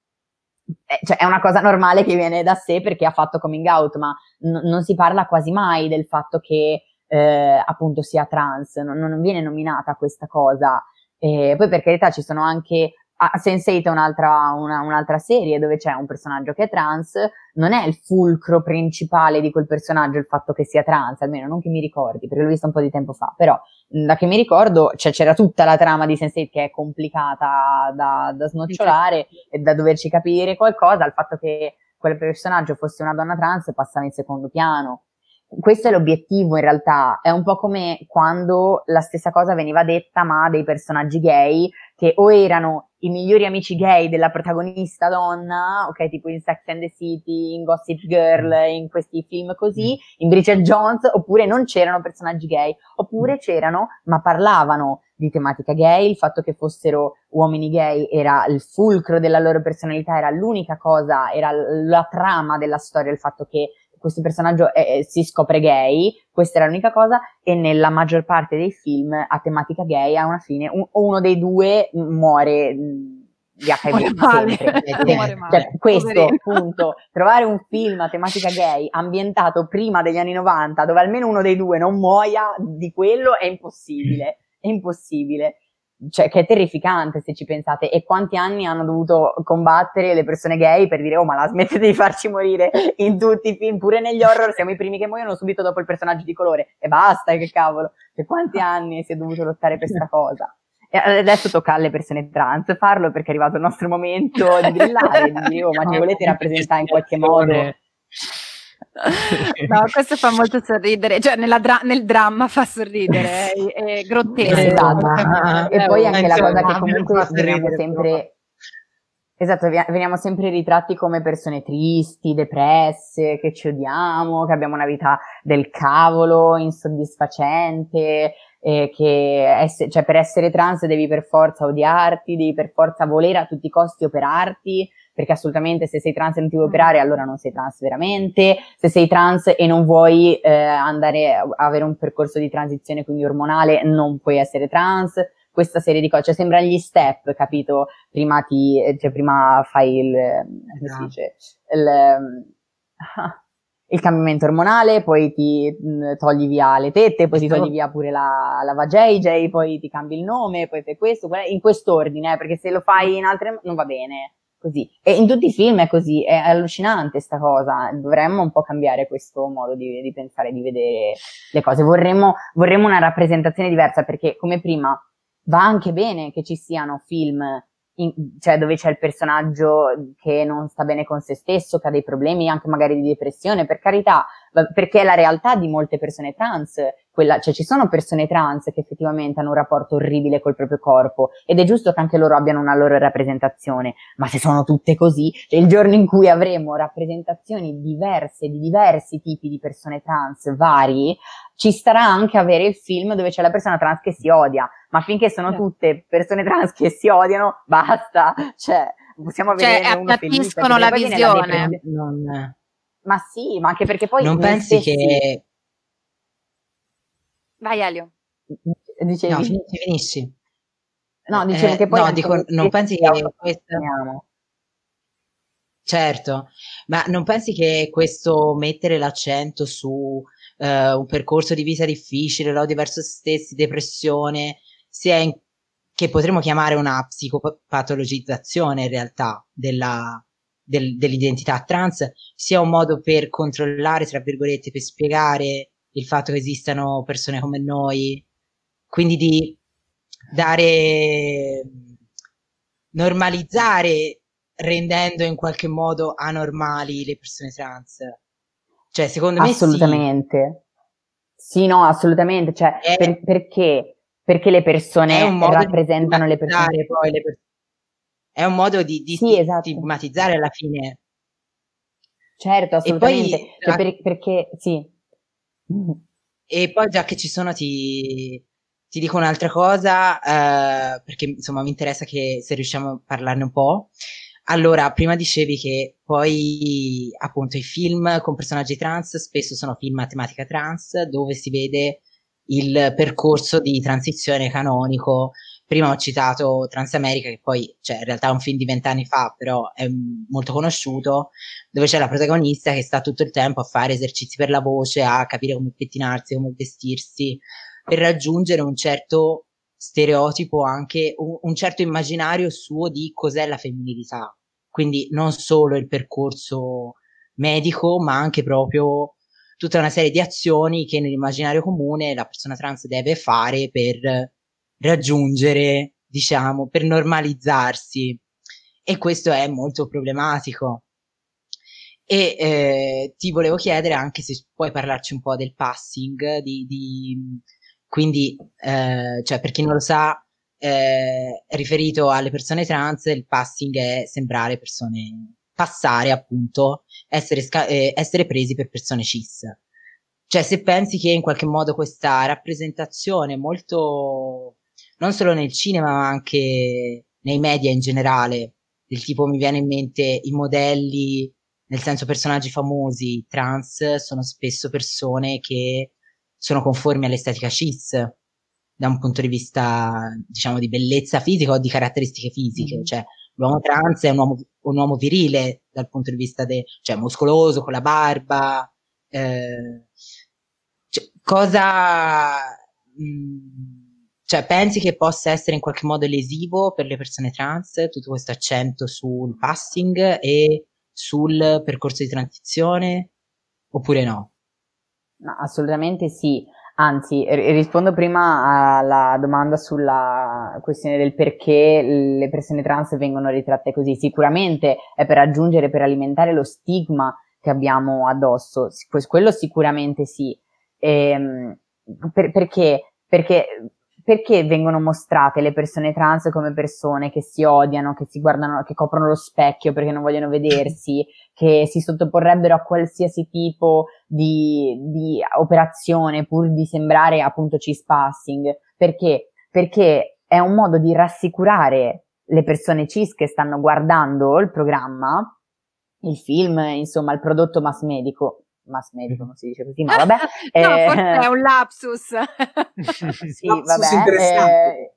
eh, cioè è una cosa normale che viene da sé perché ha fatto coming out, ma n- non si parla quasi mai del fatto che eh, appunto sia trans, non, non viene nominata questa cosa. E poi per carità ci sono anche ah, sense eight è un'altra, una, un'altra serie dove c'è un personaggio che è trans, non è il fulcro principale di quel personaggio il fatto che sia trans, almeno non che mi ricordi, perché l'ho visto un po' di tempo fa, però da che mi ricordo cioè, c'era tutta la trama di sense eight che è complicata da, da snocciolare e da doverci capire qualcosa, il fatto che quel personaggio fosse una donna trans passava in secondo piano. Questo è l'obiettivo in realtà, è un po' come quando la stessa cosa veniva detta ma dei personaggi gay che o erano i migliori amici gay della protagonista donna, ok, tipo in Sex and the City, in Gossip Girl, in questi film così, in Bridget Jones, oppure non c'erano personaggi gay, oppure c'erano ma parlavano di tematica gay, il fatto che fossero uomini gay era il fulcro della loro personalità, era l'unica cosa, era la trama della storia, il fatto che questo personaggio è, si scopre gay, questa era l'unica cosa, e nella maggior parte dei film a tematica gay a una fine un, uno dei due muore di acca i vu sempre. Muore male. Cioè, questo, punto, trovare un film a tematica gay ambientato prima degli anni novanta dove almeno uno dei due non muoia di quello è impossibile, è impossibile. Cioè, che è terrificante se ci pensate, e quanti anni hanno dovuto combattere le persone gay per dire oh ma la smettete di farci morire in tutti i film, pure negli horror siamo i primi che muoiono subito dopo il personaggio di colore e basta, che cavolo, cioè, quanti anni si è dovuto lottare per questa cosa. E adesso tocca alle persone trans farlo perché è arrivato il nostro momento di brillare, di dire oh ma ci volete rappresentare in qualche modo. No, questo fa molto sorridere, cioè nella dra- nel dramma fa sorridere, è, è grottesco. Esatto. E poi anche la cosa che comunque veniamo sempre, esatto, veniamo sempre ritratti come persone tristi, depresse, che ci odiamo, che abbiamo una vita del cavolo, insoddisfacente, e che ess- cioè per essere trans devi per forza odiarti, devi per forza volere a tutti i costi operarti, perché assolutamente se sei trans e non ti vuoi operare allora non sei trans veramente, se sei trans e non vuoi eh, andare a avere un percorso di transizione quindi ormonale non puoi essere trans, questa serie di cose, cioè sembra gli step, capito? Prima ti, cioè prima fai il, come si dice, il, il cambiamento ormonale, poi ti mh, togli via le tette, poi ti togli via pure la, la vajayjay, poi ti cambi il nome, poi fai questo, in quest'ordine, eh, perché se lo fai in altre non va bene. Così. E in tutti i film è così, è allucinante sta cosa, dovremmo un po' cambiare questo modo di, di pensare, di vedere le cose, vorremmo, vorremmo una rappresentazione diversa perché come prima va anche bene che ci siano film in, cioè dove c'è il personaggio che non sta bene con se stesso, che ha dei problemi anche magari di depressione, per carità, perché è la realtà di molte persone trans, quella, cioè ci sono persone trans che effettivamente hanno un rapporto orribile col proprio corpo ed è giusto che anche loro abbiano una loro rappresentazione, ma se sono tutte così, cioè il giorno in cui avremo rappresentazioni diverse di diversi tipi di persone trans vari, ci starà anche avere il film dove c'è la persona trans che si odia, ma finché sono tutte persone trans che si odiano, basta, cioè possiamo avere cioè, uno felice, appiattiscono la visione. Non... Ma sì, ma anche perché poi non pensi stessi... che... Vai Elio. Dicevi? No, finisci, finisci. No, dicevo eh, che poi no, anche dico, non pensi che questo... Andiamo. Certo, ma non pensi che questo mettere l'accento su uh, un percorso di vita difficile, l'odio verso se stessi, depressione, sia in... che potremmo chiamare una psicopatologizzazione in realtà della, del, dell'identità trans, sia un modo per controllare, tra virgolette, per spiegare il fatto che esistano persone come noi, quindi di dare, normalizzare, rendendo in qualche modo anormali le persone trans. Cioè, secondo me sì. Assolutamente. Sì, no, assolutamente. Cioè, È, per, perché? Perché le è persone un modo rappresentano di le persone. stigmatizzare poi le persone. È un modo di, di Sì, esatto. stigmatizzare alla fine. Certo, E poi, assolutamente. Cioè, per, perché, sì. e poi già che ci sono ti, ti dico un'altra cosa, eh, perché insomma mi interessa che se riusciamo a parlarne un po'. Allora, prima dicevi che poi appunto i film con personaggi trans spesso sono film a tematica trans, dove si vede il percorso di transizione canonico. Prima ho citato Transamerica, che poi, cioè, in realtà è un film di vent'anni fa, però è mm, molto conosciuto, dove c'è la protagonista che sta tutto il tempo a fare esercizi per la voce, a capire come pettinarsi, come vestirsi, per raggiungere un certo stereotipo, anche un, un certo immaginario suo di cos'è la femminilità. Quindi non solo il percorso medico, ma anche proprio tutta una serie di azioni che nell'immaginario comune la persona trans deve fare per raggiungere, diciamo, per normalizzarsi. E questo è molto problematico. E eh, ti volevo chiedere anche se puoi parlarci un po' del passing, di, di quindi, eh, cioè, per chi non lo sa, eh, riferito alle persone trans, il passing è sembrare persone, passare appunto, essere, sca- eh, essere presi per persone cis. Cioè, se pensi che in qualche modo questa rappresentazione molto, non solo nel cinema, ma anche nei media in generale, del tipo mi viene in mente i modelli, nel senso personaggi famosi trans, sono spesso persone che sono conformi all'estetica cis, da un punto di vista, diciamo, di bellezza fisica o di caratteristiche fisiche. Mm. Cioè, l'uomo trans è un uomo, un uomo virile dal punto di vista de, cioè muscoloso, con la barba. Eh, cioè, cosa, mh, cioè, pensi che possa essere in qualche modo lesivo per le persone trans tutto questo accento sul passing e sul percorso di transizione, oppure no? No, assolutamente sì. Anzi, r- rispondo prima alla domanda sulla questione del perché le persone trans vengono ritratte così. Sicuramente è per aggiungere, per alimentare lo stigma che abbiamo addosso. Sic- quello sicuramente sì. Ehm, per- perché? Perché perché vengono mostrate le persone trans come persone che si odiano, che si guardano, che coprono lo specchio perché non vogliono vedersi, che si sottoporrebbero a qualsiasi tipo di, di operazione pur di sembrare appunto cispassing? Perché? Perché è un modo di rassicurare le persone cis che stanno guardando il programma, il film, insomma, il prodotto mass medico. Mass medico non si dice così, ma vabbè. No, eh, forse è un lapsus. Sì, Lapsus vabbè. interessante. eh,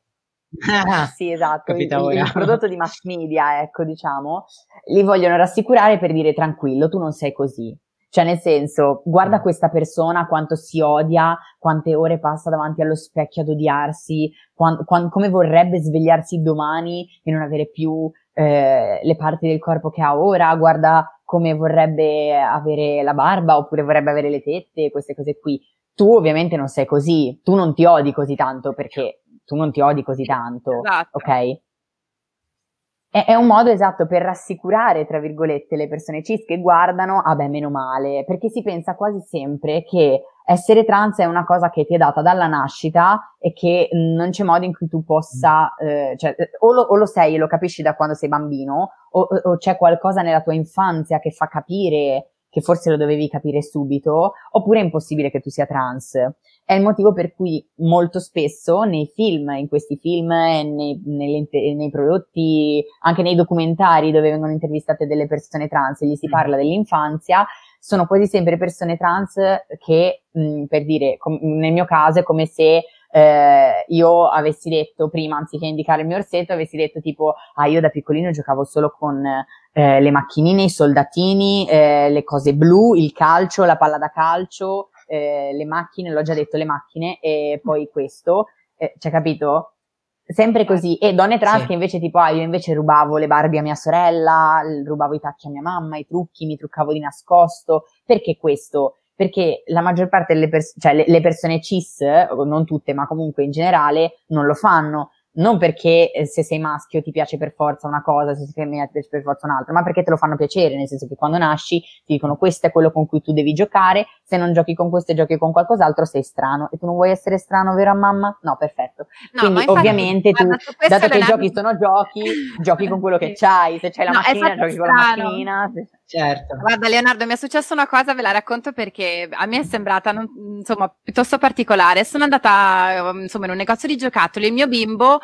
Sì, esatto, il, Capita il- ora. il prodotto di mass media, ecco, diciamo, li vogliono rassicurare per dire tranquillo, tu non sei così. Cioè, nel senso, guarda questa persona quanto si odia, quante ore passa davanti allo specchio ad odiarsi, quan- quan- come vorrebbe svegliarsi domani e non avere più eh, le parti del corpo che ha ora, guarda come vorrebbe avere la barba oppure vorrebbe avere le tette, queste cose qui. Tu ovviamente non sei così, tu non ti odi così tanto perché tu non ti odi così tanto, Esatto. ok? È, è un modo esatto per rassicurare, tra virgolette, le persone cis che guardano, ah beh, meno male, perché si pensa quasi sempre che essere trans è una cosa che ti è data dalla nascita e che non c'è modo in cui tu possa, eh, cioè, o lo, o lo sei e lo capisci da quando sei bambino, o, o c'è qualcosa nella tua infanzia che fa capire che forse lo dovevi capire subito, oppure è impossibile che tu sia trans. È il motivo per cui molto spesso nei film, in questi film, nei, nei, nei prodotti, anche nei documentari dove vengono intervistate delle persone trans e gli si parla dell'infanzia, sono quasi sempre persone trans che, mh, per dire, com- nel mio caso è come se eh, io avessi detto prima, anziché indicare il mio orsetto, avessi detto tipo, ah, io da piccolino giocavo solo con eh, le macchinine, i soldatini, eh, le cose blu, il calcio, la palla da calcio, eh, le macchine, l'ho già detto, le macchine, e poi questo, eh, c'è capito? sempre così, e donne trans Sì. che invece tipo, ah, io invece rubavo le Barbie a mia sorella, l- rubavo i tacchi a mia mamma, i trucchi, mi truccavo di nascosto. Perché questo? Perché la maggior parte delle persone, cioè le, le persone cis, o non tutte, ma comunque in generale, non lo fanno. Non perché eh, se sei maschio ti piace per forza una cosa, se sei femmina ti piace per forza un'altra, ma perché te lo fanno piacere, nel senso che quando nasci ti dicono questo è quello con cui tu devi giocare, se non giochi con questo e giochi con qualcos'altro sei strano, e tu non vuoi essere strano, vero a mamma? No, perfetto. No, Quindi ma infatti, ovviamente tu, guarda, su questo dato che i Leonardo... giochi sono giochi, giochi con quello che Sì. c'hai, se c'hai la No, è macchinina fatto giochi con la strano. macchinina. se- Certo. Guarda Leonardo, mi è successa una cosa, ve la racconto perché a me è sembrata non- insomma piuttosto particolare. Sono andata eh, insomma in un negozio di giocattoli, il mio bimbo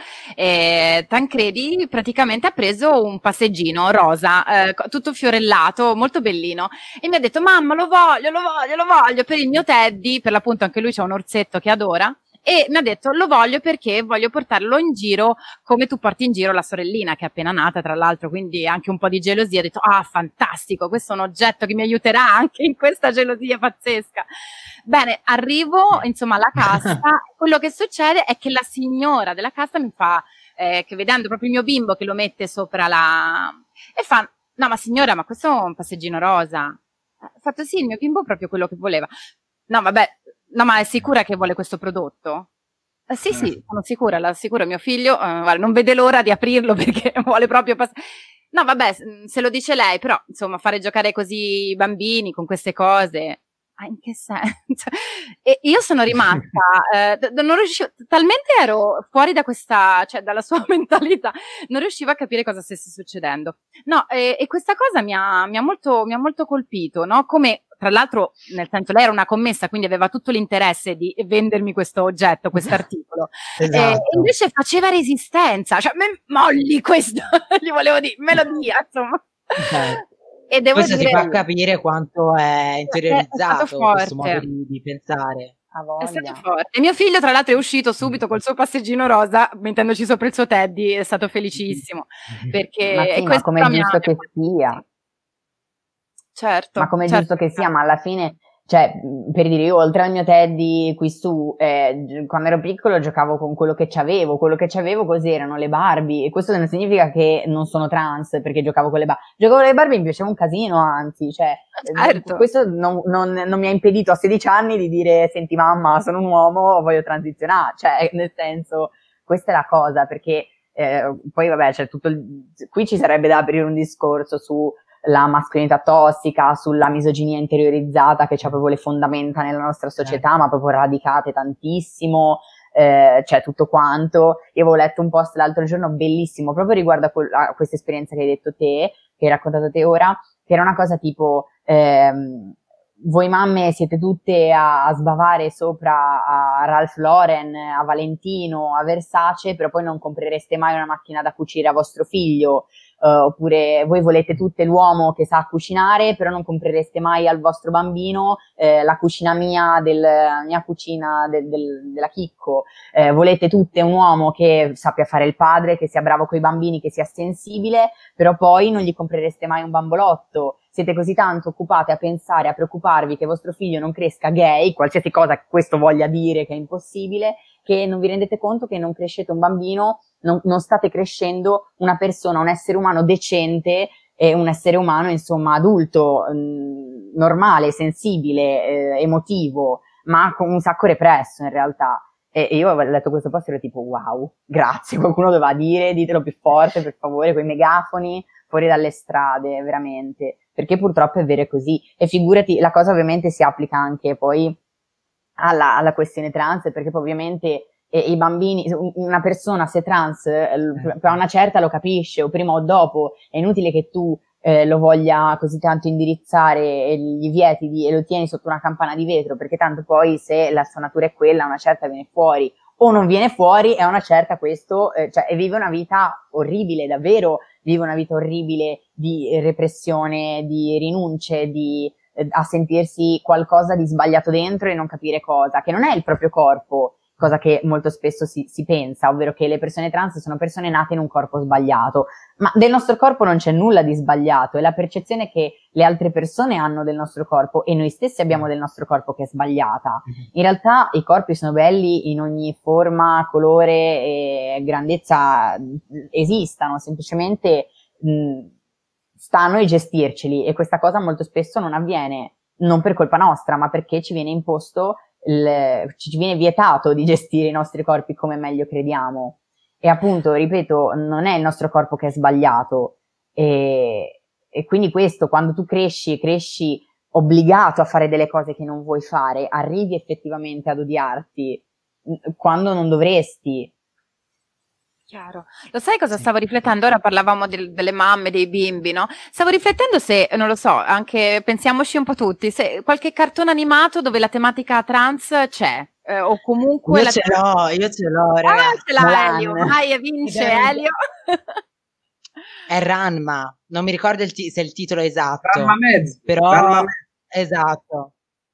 eh, Tancredi praticamente ha preso un passeggino rosa, eh, co- tutto fiorellato, molto bellino, e mi ha detto mamma lo voglio, lo voglio, lo voglio per il mio Teddy, per l'appunto anche lui c'ha un orsetto che adora. E mi ha detto lo voglio perché voglio portarlo in giro come tu porti in giro la sorellina che è appena nata, tra l'altro, quindi anche un po' di gelosia. Ho detto ah, fantastico, questo è un oggetto che mi aiuterà anche in questa gelosia pazzesca. Bene, arrivo insomma alla cassa, quello che succede è che la signora della cassa mi fa, eh, che vedendo proprio il mio bimbo che lo mette sopra la... e fa, no ma signora, ma questo è un passeggino rosa. Ho fatto sì, il mio bimbo è proprio quello che voleva. No vabbè, no ma è sicura che vuole questo prodotto? Eh, sì, sì, sono sicura, l'assicuro mio figlio, eh, guarda, non vede l'ora di aprirlo perché vuole proprio pass- No, vabbè, s- se lo dice lei, però, insomma, fare giocare così i bambini con queste cose. Ah, in che senso? E io sono rimasta, eh, d- d- non riuscivo, talmente ero fuori da questa, cioè dalla sua mentalità, non riuscivo a capire cosa stesse succedendo. No, e, e questa cosa mi ha, mi ha molto, mi ha molto colpito, no? Come, tra l'altro, nel senso, lei era una commessa, quindi aveva tutto l'interesse di vendermi questo oggetto, questo articolo. E, e Esatto. invece faceva resistenza, cioè, me molli questo, gli volevo dire, me lo dia, insomma. Eh, E devo Questo ti dire, fa capire quanto è è, è stato interiorizzato questo modo forte. di, di pensare. Ha È stato voglia. forte. E mio figlio, tra l'altro, è uscito subito col suo passeggino rosa, mettendoci sopra il suo Teddy, è stato felicissimo. Perché Ma e sì, ma questo come però è mi ha, giusto mi ha che colpito. sia. Certo, Ma come è certo. giusto che sia, ma alla fine, cioè, mh, per dire, io oltre al mio Teddy qui su, eh, gi- quando ero piccolo giocavo con quello che c'avevo, quello che c'avevo così erano le Barbie, e questo non significa che non sono trans perché giocavo con le Barbie, giocavo con le Barbie e mi piaceva un casino, anzi, cioè, eh, Certo. questo non, non- non mi ha impedito a sedici anni di dire, senti mamma, sono un uomo, voglio transizionare, cioè, nel senso, questa è la cosa, perché eh, poi vabbè, c'è tutto il, qui ci sarebbe da aprire un discorso su la mascolinità tossica, sulla misoginia interiorizzata che c'ha proprio le fondamenta nella nostra società, ma proprio radicate tantissimo, eh, cioè tutto quanto. Io avevo letto un post l'altro giorno bellissimo proprio riguardo a, quel, a questa esperienza che hai detto te, che hai raccontato te ora, che era una cosa tipo ehm, voi mamme siete tutte a, a sbavare sopra a Ralph Lauren, a Valentino, a Versace, però poi non comprereste mai una macchina da cucire a vostro figlio. Uh, oppure voi volete tutte l'uomo che sa cucinare, però non comprereste mai al vostro bambino eh, la cucina mia, del, la mia cucina del, del, della Chicco, eh, volete tutte un uomo che sappia fare il padre, che sia bravo coi bambini, che sia sensibile, però poi non gli comprereste mai un bambolotto. Siete così tanto occupate a pensare, a preoccuparvi che vostro figlio non cresca gay, qualsiasi cosa questo voglia dire che è impossibile, che non vi rendete conto che non crescete un bambino, non, non state crescendo una persona, un essere umano decente e un essere umano, insomma, adulto, mh, normale, sensibile, eh, emotivo, ma con un sacco represso in realtà. E, e io avevo letto questo post e ero tipo wow, grazie, qualcuno doveva dire, ditelo più forte per favore, quei megafoni fuori dalle strade, veramente, perché purtroppo è vero così. E figurati, la cosa ovviamente si applica anche poi alla, alla questione trans, perché poi ovviamente eh, i bambini, una persona se trans eh, per una certa lo capisce, o prima o dopo, è inutile che tu eh, lo voglia così tanto indirizzare e gli vieti di, e lo tieni sotto una campana di vetro, perché tanto poi se la sua natura è quella, una certa viene fuori, o non viene fuori, è una certa questo, eh, cioè, e vive una vita orribile, davvero vive una vita orribile di repressione, di rinunce, di a sentirsi qualcosa di sbagliato dentro e non capire cosa, che non è il proprio corpo, cosa che molto spesso si, si pensa, ovvero che le persone trans sono persone nate in un corpo sbagliato, ma del nostro corpo non c'è nulla di sbagliato, è la percezione che le altre persone hanno del nostro corpo e noi stessi abbiamo del nostro corpo che è sbagliata. In realtà i corpi sono belli in ogni forma, colore e grandezza esistano, semplicemente mh, sta a noi gestirceli, e questa cosa molto spesso non avviene, non per colpa nostra, ma perché ci viene imposto, il, ci viene vietato di gestire i nostri corpi come meglio crediamo. E appunto, ripeto, non è il nostro corpo che è sbagliato, e, e quindi questo, quando tu cresci, cresci obbligato a fare delle cose che non vuoi fare, arrivi effettivamente ad odiarti quando non dovresti. Chiaro. Lo sai cosa stavo riflettendo? Ora parlavamo del, delle mamme, dei bimbi, no? Stavo riflettendo se, non lo so, anche pensiamoci un po' tutti, se qualche cartone animato dove la tematica trans c'è, eh, o comunque... Io la ce tem- l'ho, io ce l'ho, Ah, ragazzi. ce l'ha Mulan. Elio, vai, vince Ed è- Elio. È Ranma, non mi ricordo il ti- se è il titolo esatto, Ranma mezzo. però Ranma mezzo. esatto.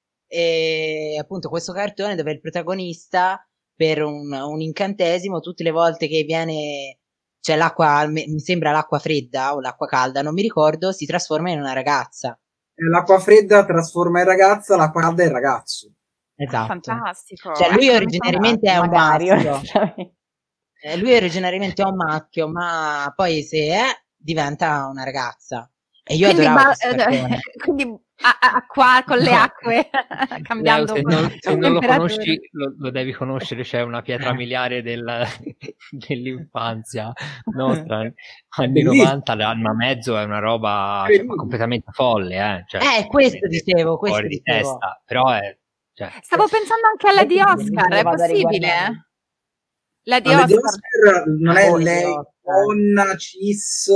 E appunto questo cartone dove il protagonista, per un, un incantesimo, tutte le volte che viene, c'è l'acqua, mi mi sembra l'acqua fredda o l'acqua calda, non mi ricordo, si trasforma in una ragazza. L'acqua fredda trasforma il ragazza, l'acqua calda il ragazzo. Esatto. Fantastico. Cioè lui Ecco, originariamente è un Magari, maschio. onestamente. Eh, lui originariamente è un maschio, ma poi se è, diventa una ragazza. E io quindi, adoravo ba- questo cartone. quindi a- a- acqua con le No. acque, cambiando Leo, se non, se non lo temperatura. conosci, lo, lo devi conoscere, c'è una pietra miliare del- dell'infanzia nostra, anni Bellissimo. novanta, l'alma mezzo è una roba cioè, Bellissimo. ma completamente folle, eh. Cioè, Eh, questo veramente dicevo, questo fuori di dicevo. testa, però è... Cioè, Stavo pensando anche alla di Adesso Oscar, lo è vado a possibile? riguardare. La di Ma Lady Oscar. Oscar non è Oh, Lady lei, Oscar. donna, cis...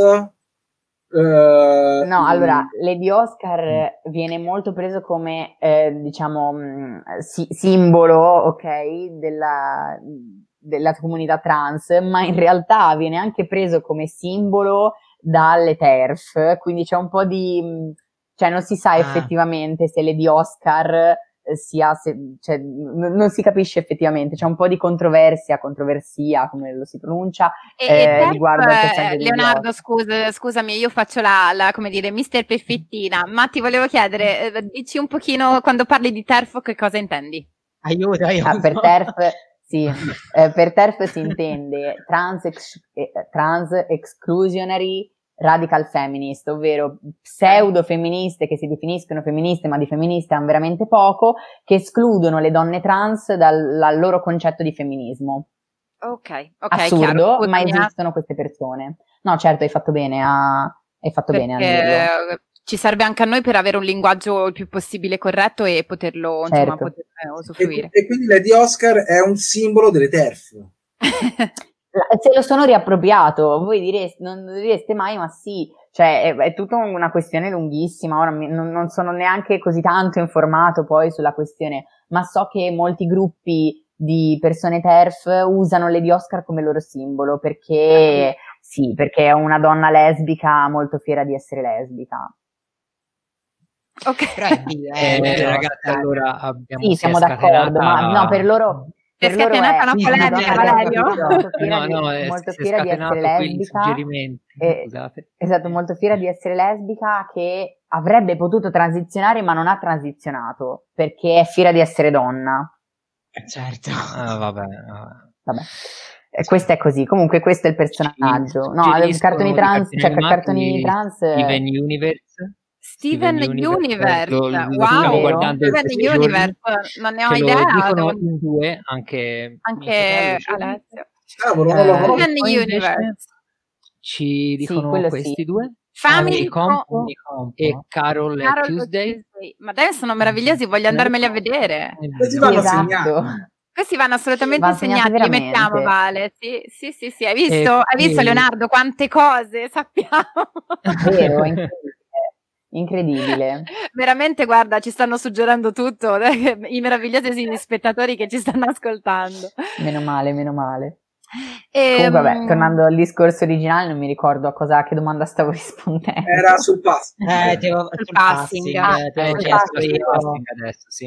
eh, No, allora, Lady Oscar viene molto preso come, eh, diciamo, mh, si- simbolo, ok, della, della comunità trans, ma in realtà viene anche preso come simbolo dalle TERF, quindi c'è un po' di... mh, cioè non si sa Ah. effettivamente se Lady Oscar eh, sia, se- cioè, n- non si capisce effettivamente, c'è un po' di controversia, controversia, come lo si pronuncia, E, eh, e Terp, riguardo al eh, personaggio di Lady Leonardo, Oscar. scusa, scusami, io faccio la, la, come dire, mister Perfettina, ma ti volevo chiedere, eh, dici un pochino, quando parli di TERF, che cosa intendi? Aiuto, aiuto. Ah, per TERF, sì, eh, per TERF si intende trans, ex- eh, trans exclusionary radical feminist, ovvero pseudo femministe che si definiscono femministe ma di femministe hanno veramente poco, che escludono le donne trans dal, dal loro concetto di femminismo. Ok, ok, Assurdo, chiaro. ma Scusami, eh, esistono queste persone. No, certo, hai fatto bene a, hai fatto bene a dirlo. perché ci serve anche a noi per avere un linguaggio il più possibile corretto e poterlo, insomma, Certo. poter eh, e, usufruire. e quindi Lady Oscar è un simbolo delle TERF. La- Se lo sono riappropriato, voi direste, non lo direste mai, ma sì, cioè è, è tutta una questione lunghissima, ora mi- non, non sono neanche così tanto informato poi sulla questione, ma so che molti gruppi di persone TERF usano Lady Oscar come loro simbolo, perché sì, perché è una donna lesbica molto fiera di essere lesbica. Ok. Però è bi- eh, è Lady ragazzi, Oscar. allora abbiamo Sì, si è siamo d'accordo, ma scatenata- no, per loro... Si è per loro scatenata una sì, polemica, una donna Valerio? lesbica, molto fiera No, di- no, è- molto si è fiera di scatenato essere qui il lesbica. suggerimento, e- scusate. Esatto, molto fiera di essere lesbica, che avrebbe potuto transizionare ma non ha transizionato perché è fiera di essere donna. Eh, certo. Ah, vabbè, vabbè. Vabbè. E questo è così, comunque questo è il personaggio. Ci No, i suggeriscono cartoni di trans, cartoni cioè animati cartoni trans Steven Universe. Steven Universe, Lo, lo wow, stiamo Vero? guardando in Steven questi giorni. Universe, non ne ho Ce lo idea. dicono devo- in due, anche, Anche mio fratello ce lo dice. Alessio. Cavolo, non lo Eh, conosco. Steven poi invece Universe. Ci dicono quello questi sì. due. Family Compo Com- e Carol, Carol Tuesday. Tuesday. Ma dai, sono meravigliosi, voglio andarmeli a vedere. Questi vanno Esatto. segnati. Questi vanno assolutamente Vanno segnati segnati, li veramente. mettiamo, Vale. Sì, sì, sì, sì. Hai visto, E hai visto quindi- Leonardo quante cose sappiamo? Vero, incredibile. Incredibile. Veramente, guarda, ci stanno suggerendo tutto, i meravigliosi spettatori che ci stanno ascoltando. Meno male, meno male. E, Comunque, vabbè, tornando al discorso originale, non mi ricordo a cosa, a che domanda stavo rispondendo. Era sul pass. Eh, ti avevo- Sul sul passing. passing, Ah, eh, ti avevo sul chiesto passing. io. adesso, sì.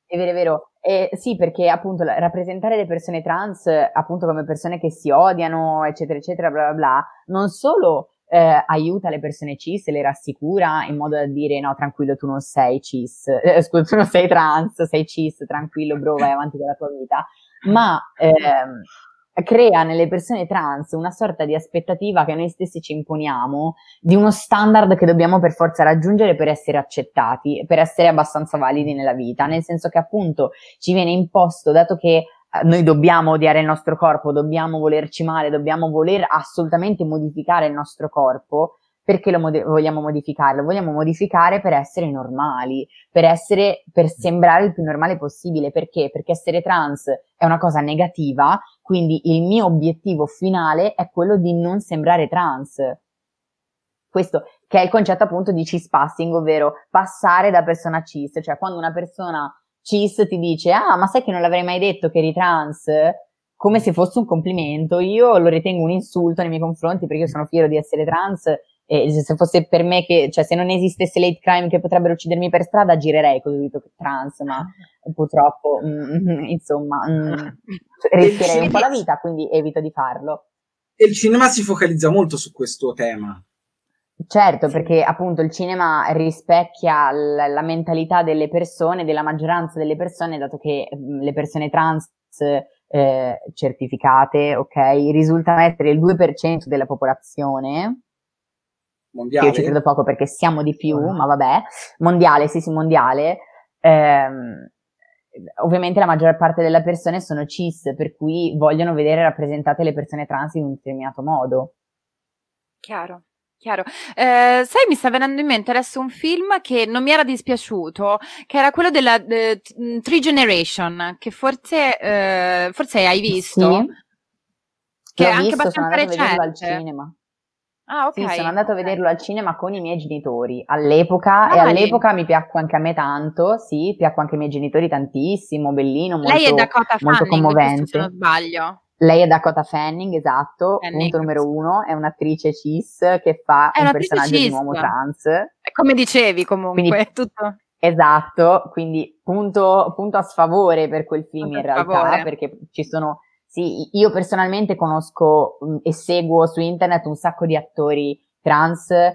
È vero, è vero. Eh, sì, perché appunto la- rappresentare le persone trans eh, appunto come persone che si odiano, eccetera, eccetera, bla bla bla, non solo eh, aiuta le persone cis e le rassicura in modo da dire no, tranquillo, tu non sei cis, eh, scusa, tu non sei trans, sei cis, tranquillo, bro, vai avanti con la tua vita, ma ehm, crea nelle persone trans una sorta di aspettativa che noi stessi ci imponiamo di uno standard che dobbiamo per forza raggiungere per essere accettati, per essere abbastanza validi nella vita, nel senso che appunto ci viene imposto, dato che eh, noi dobbiamo odiare il nostro corpo, dobbiamo volerci male, dobbiamo voler assolutamente modificare il nostro corpo. Perché lo mod- vogliamo modificare? Lo vogliamo modificare per essere normali, per essere, per sembrare il più normale possibile. Perché? Perché essere trans è una cosa negativa, quindi il mio obiettivo finale è quello di non sembrare trans. Questo che è il concetto appunto di cis passing, ovvero passare da persona cis, cioè quando una persona cis ti dice ah, ma sai che non l'avrei mai detto che eri trans? Come se fosse un complimento, io lo ritengo un insulto nei miei confronti perché io sono fiero di essere trans. E se fosse per me che, cioè se non esistesse l'hate crime che potrebbero uccidermi per strada, girerei così detto che trans, ma purtroppo, mm, insomma, mm, rischierei un po' la vita, quindi evito di farlo. E il cinema si focalizza molto su questo tema. Certo, perché appunto il cinema rispecchia l- la mentalità delle persone, della maggioranza delle persone, dato che mh, le persone trans eh, certificate, ok, risultano essere il due per cento della popolazione. Mondiale? Io ci credo poco perché siamo di più, uh-huh. ma vabbè, mondiale, sì sì, mondiale. Ehm, ovviamente la maggior parte delle persone sono cis, per cui vogliono vedere rappresentate le persone trans in un determinato modo. Chiaro. Chiaro. Eh, sai, mi sta venendo in mente adesso un film che non mi era dispiaciuto, che era quello della uh, Three Generation, che forse, uh, forse hai visto? Sì, che l'ho è anche visto, abbastanza sono andato recente. a vederlo al cinema. Ah, ok. Sì, sono andato okay. a vederlo al cinema con i miei genitori all'epoca, ah, e all'epoca mi piacque anche a me tanto, sì, piacque anche ai miei genitori tantissimo, bellino, molto, Lei è Dakota molto Fanning, commovente. se non sbaglio. Lei è Dakota Fanning, esatto, Fanning. punto numero uno, è un'attrice cis che fa è un personaggio cis. di un uomo trans. Come dicevi comunque, quindi, tutto... Esatto, quindi punto, punto a sfavore per quel film punto in realtà, favore. Perché ci sono... Sì, io personalmente conosco mh, e seguo su internet un sacco di attori trans, eh,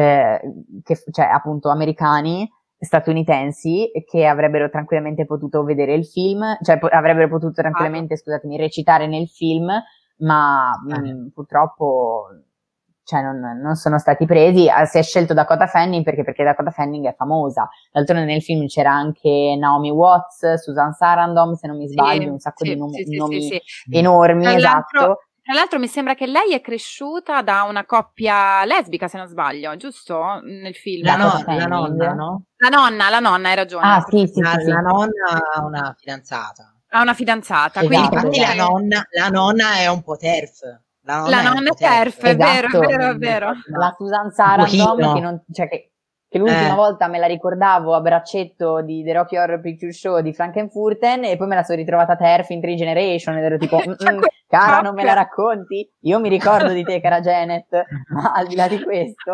che, cioè appunto americani, statunitensi, che avrebbero tranquillamente potuto vedere il film, cioè po- avrebbero potuto tranquillamente, ah. scusatemi, recitare nel film, ma mh, purtroppo cioè non, non sono stati presi. Si è scelto Dakota Fanning perché, perché Dakota Fanning è famosa. D'altronde nel film c'era anche Naomi Watts, Susan Sarandon, se non mi sbaglio, sì, un sacco sì, di nom- sì, nomi sì, sì. enormi, tra esatto. Tra l'altro mi sembra che lei è cresciuta da una coppia lesbica, se non sbaglio, giusto? Nel film. La, no, la nonna, no? La nonna, la nonna, hai ragione. Ah, sì, sì, la, sì, sì. La nonna ha una fidanzata. Ha una fidanzata. Esatto, quindi infatti comunque... la, nonna, la nonna è un po' TERF. La nonna, la nonna è TERF, è vero, esatto. è vero, è vero. La Susan Sarandon, che, non, cioè, che, che l'ultima eh. volta me la ricordavo a braccetto di The Rocky Horror Picture Show di Frankenfurten, e poi me la sono ritrovata TERF in Three Generation ed ero tipo, cioè, cara, non me la racconti? Io mi ricordo di te, cara Janet, ma al di là di questo,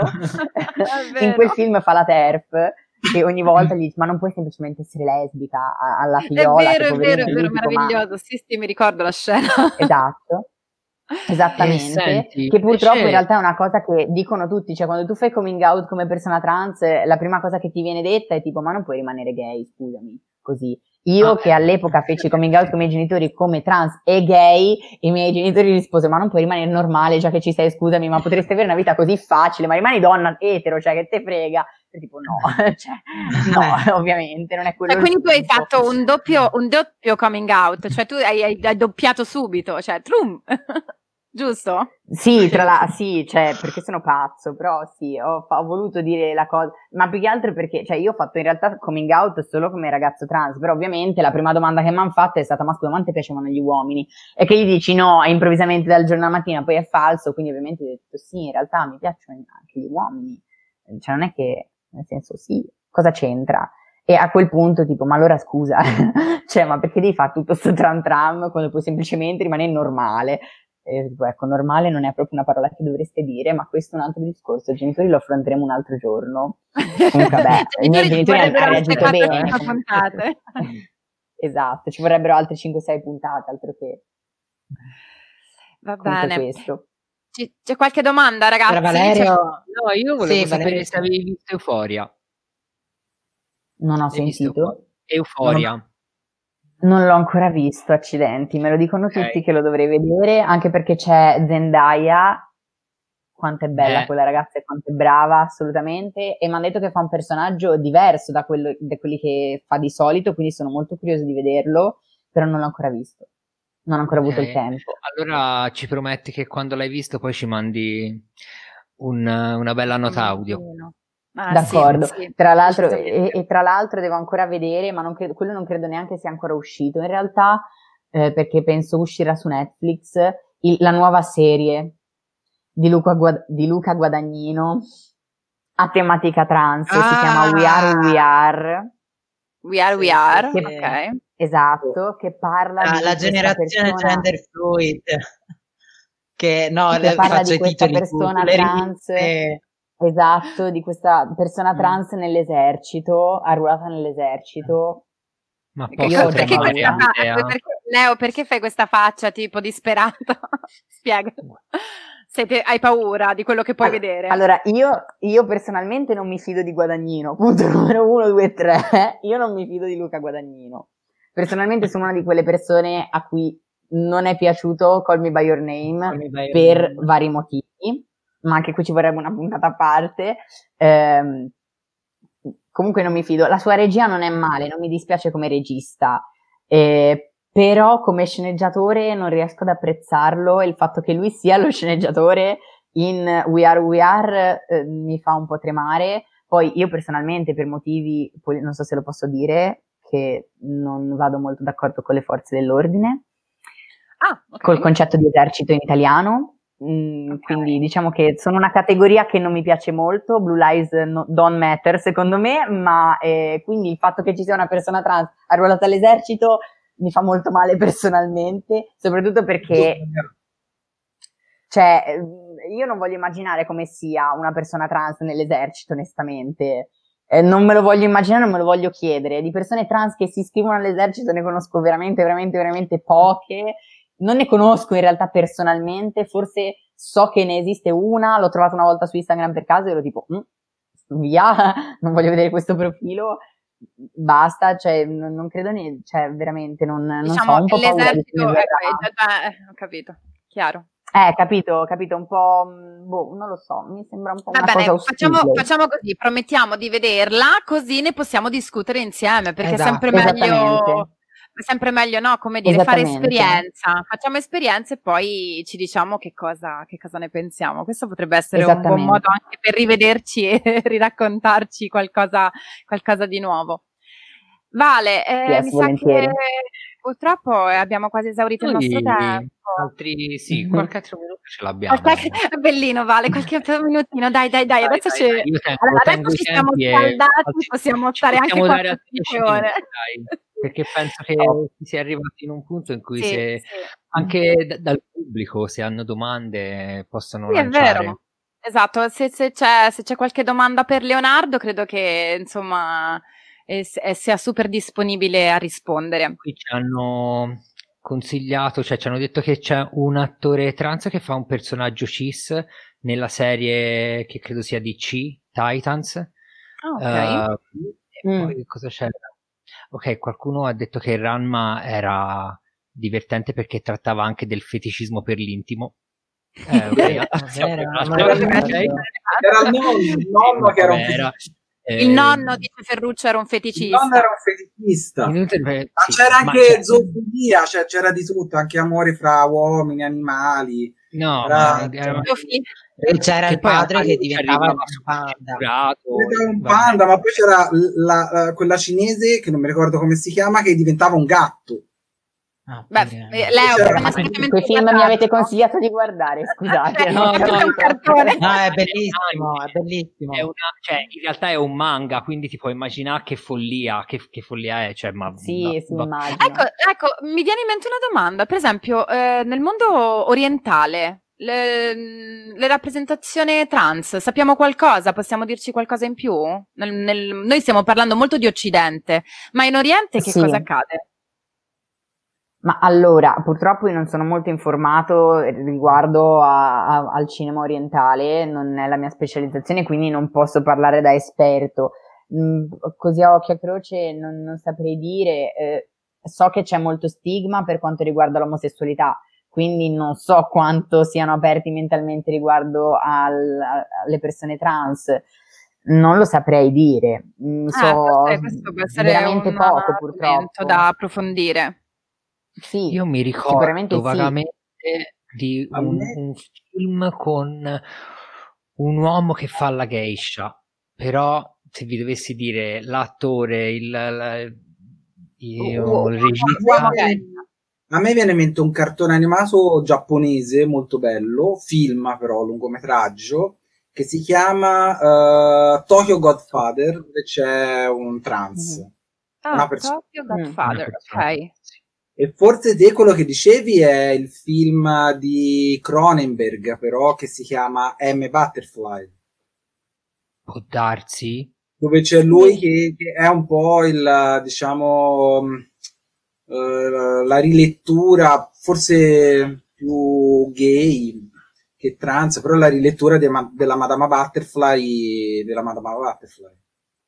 in quel film fa la TERF, e ogni volta gli dice, ma non puoi semplicemente essere lesbica alla figliola. È vero, che è vero, è vero, tipo, meraviglioso, ma... sì, sì, mi ricordo la scena. Esatto. Esattamente, senti, che purtroppo invece... in realtà è una cosa che dicono tutti, cioè quando tu fai coming out come persona trans, la prima cosa che ti viene detta è tipo, ma non puoi rimanere gay, scusami, così. Io ah, che all'epoca feci coming out con i miei genitori come trans e gay, i miei genitori risposero, ma non puoi rimanere normale già che ci sei, scusami, ma potresti avere una vita così facile, ma rimani donna etero, cioè che te frega. E tipo no, cioè, no, ovviamente non è quello. E quindi tu hai fatto un doppio, un doppio coming out, cioè tu hai, hai, hai doppiato subito, cioè trum, giusto? Sì, tra la, sì, cioè perché sono pazzo, però sì, ho, ho voluto dire la cosa, ma più che altro perché, cioè io ho fatto in realtà coming out solo come ragazzo trans, però ovviamente la prima domanda che mi hanno fatto è stata, ma scusa, ma ti piacevano gli uomini? E che gli dici no, improvvisamente dal giorno alla mattina, poi è falso, quindi ovviamente ho detto sì, in realtà mi piacciono anche gli uomini, cioè non è che, nel senso sì, cosa c'entra? E a quel punto tipo, ma allora scusa, cioè ma perché devi fare tutto sto tram tram quando puoi semplicemente rimanere normale? E tipo, ecco, normale non è proprio una parola che dovreste dire, ma questo è un altro discorso, i genitori lo affronteremo un altro giorno. Comunque vabbè, i miei genitori hanno reagito bene. esatto, ci vorrebbero altre cinque sei puntate, altro che... Va Comunque bene. questo. C- c'è qualche domanda, ragazzi? Allora, Valerio, No, io volevo Sì, sapere Valerio, se avevi visto Euphoria. Non ho Hai visto sentito. Euphoria? Non l'ho ancora visto, accidenti, me lo dicono Ok. tutti che lo dovrei vedere, anche perché c'è Zendaya, quanto è bella Eh. quella ragazza e quanto è brava, assolutamente, e mi hanno detto che fa un personaggio diverso da, quello, da quelli che fa di solito, quindi sono molto curiosa di vederlo, però non l'ho ancora visto, non ho ancora avuto Ok. il tempo. Allora ci prometti che quando l'hai visto poi ci mandi un- una bella nota audio. Ah, D'accordo, sì, sì, tra l'altro, e, decisamente. e tra l'altro devo ancora vedere, ma non credo, quello non credo neanche sia ancora uscito, in realtà, eh, perché penso uscirà su Netflix, il- la nuova serie di Luca, Gua- di Luca Guadagnino a tematica trans, si chiama We Are Who We Are, We are, we Sì, are, sì, sì. ok. esatto, che parla la, di la questa generazione persona, gender fluid, che no, che le- parla faccio di i questa titoli su- persona sulle trans, riviste. esatto, di questa persona Mm. trans nell'esercito, arruolata nell'esercito. Ma Che posso io ho Perché già questa paura. fa- perché- Leo, perché fai questa faccia tipo disperata? Spiega. Siete- hai paura di quello che puoi Allora- vedere? Allora, io, io personalmente non mi fido di Guadagnino, punto numero uno, due, tre. Io non mi fido di Luca Guadagnino. Personalmente sono una di quelle persone a cui non è piaciuto Call Me By Your Name Call Me By Your per Name. vari motivi, ma anche qui ci vorrebbe una puntata a parte. Ehm, comunque non mi fido. La sua regia non è male, non mi dispiace come regista, eh, però come sceneggiatore non riesco ad apprezzarlo e il fatto che lui sia lo sceneggiatore in We Are We Are eh, mi fa un po' tremare. Poi io personalmente per motivi, poi non so se lo posso dire, che non vado molto d'accordo con le forze dell'ordine, Ah, ok. col concetto di esercito in italiano. Mm, Ok. Quindi diciamo che sono una categoria che non mi piace molto, Blue Lives no- don't matter secondo me, ma eh, quindi il fatto che ci sia una persona trans arruolata all'esercito mi fa molto male personalmente, soprattutto perché cioè, eh, io non voglio immaginare come sia una persona trans nell'esercito, onestamente. Eh, non me lo voglio immaginare, non me lo voglio chiedere. Di persone trans che si iscrivono all'esercito ne conosco veramente, veramente, veramente poche. Non ne conosco in realtà personalmente, forse so che ne esiste una, l'ho trovata una volta su Instagram per caso e ero tipo, "Mm, via, non voglio vedere questo profilo, basta, cioè, non, non credo ne, cioè, veramente, non, non Diciamo, so, ho un po' paura di l'esercito, come ecco, verrà. è già, già- eh, ho capito, chiaro. Eh, capito, capito, un po', mh, boh, non lo so, mi sembra un po' Va una bene, cosa facciamo, ostile. facciamo così, promettiamo di vederla, così ne possiamo discutere insieme, perché è sempre Esatto. meglio, Esattamente. è sempre meglio, no? Come dire, fare Esattamente. esperienza. Facciamo esperienza e poi ci diciamo che cosa, che cosa ne pensiamo. Questo potrebbe essere un buon Esattamente. modo anche per rivederci e riraccontarci qualcosa, qualcosa di nuovo. Vale, eh, Yes, mi sa volentieri. che purtroppo eh, abbiamo quasi esaurito il nostro Noi tempo. altri, sì, Mhm. qualche altro minuto ce l'abbiamo. Qualche- Bellino, Vale, qualche altro minutino, dai, dai, dai, Dai, adesso dai, ci... dai, io tengo, Allora, tengo adesso i ci siamo tempi e scaldati, altri- possiamo ci stare anche possiamo dare quattro altri dieci cinque ore. minuti, dai, perché penso che Oh. si sia arrivati in un punto in cui Sì, se sì. anche d- dal pubblico, se hanno domande, possono Sì, è lanciare. vero. Esatto, se, se c'è, se c'è qualche domanda per Leonardo, credo che insomma eh, s- eh, sia super disponibile a rispondere. Qui ci hanno consigliato, cioè ci hanno detto che c'è un attore trans che fa un personaggio cis nella serie che credo sia D C, Titans. Ah, ok. Uh, e Mm. poi cosa c'era? Ok, qualcuno ha detto che Ranma era divertente perché trattava anche del feticismo per l'intimo. Eh, ok, Ah, siamo vero, rimasti- non l'avevo ok. visto. Era il nonno, il nonno che era un Vabbè, era, feticista. Il eh, nonno, dice Ferruccio, era un Il feticista. nonno era un feticista. inutile- Ma sì, c'era ma anche c'è- zoofilia, cioè c'era di tutto, anche amore fra uomini, animali. no, Era- ma era- E c'era che il poi padre anche che lui ci diventava arrivava un panda. curato, Diventava un vabbè. panda, ma poi c'era la- la- quella cinese, che non mi ricordo come si chiama, che diventava un gatto. Ah, Beh, pure- eh, Leo, C'era- bisogna Ma assolutamente Quei film mi guardarlo. avete consigliato di guardare, scusate. Cioè, non ho è proprio capito. un cartone. No, è bellissimo, è bellissimo. È una, cioè, in realtà è un manga, quindi ti puoi immaginare che follia, che, che follia è, cioè, ma Sì, ma- sì, ma- immagino. Ecco, ecco, mi viene in mente una domanda. Per esempio, eh, nel mondo orientale, le, le rappresentazioni trans, sappiamo qualcosa? Possiamo dirci qualcosa in più? Nel- nel- noi stiamo parlando molto di Occidente, ma in Oriente che Sì. cosa accade? Ma allora, purtroppo io non sono molto informato riguardo a, a, al cinema orientale, non è la mia specializzazione, quindi non posso parlare da esperto. Mm, così a occhio e croce non, non saprei dire. Eh, so che c'è molto stigma per quanto riguarda l'omosessualità, quindi non so quanto siano aperti mentalmente riguardo al, alle persone trans. Non lo saprei dire. Mm, Ah, so forse questo può essere veramente un poco, argomento purtroppo. da approfondire. Sì, Io mi sicuramente ricordo sì. vagamente di A un, me- un film con un uomo che fa la geisha, però se vi dovessi dire l'attore, il, la- il, Uh, il A regista, me viene- a me viene in mente un cartone animato giapponese molto bello, film però, lungometraggio, che si chiama eh, Tokyo Godfather, dove c'è un trans, Mhm. una Ah, persona. Tokyo Mm. una Godfather, persona. ok. Sì. E forse te quello che dicevi è il film di Cronenberg, però, che si chiama M. Butterfly, Può darsi? dove c'è Sì. lui che, che è un po' il, diciamo, mh, eh, la rilettura, forse più gay che trans, però la rilettura de- ma- della Madama Butterfly, della Madama Butterfly.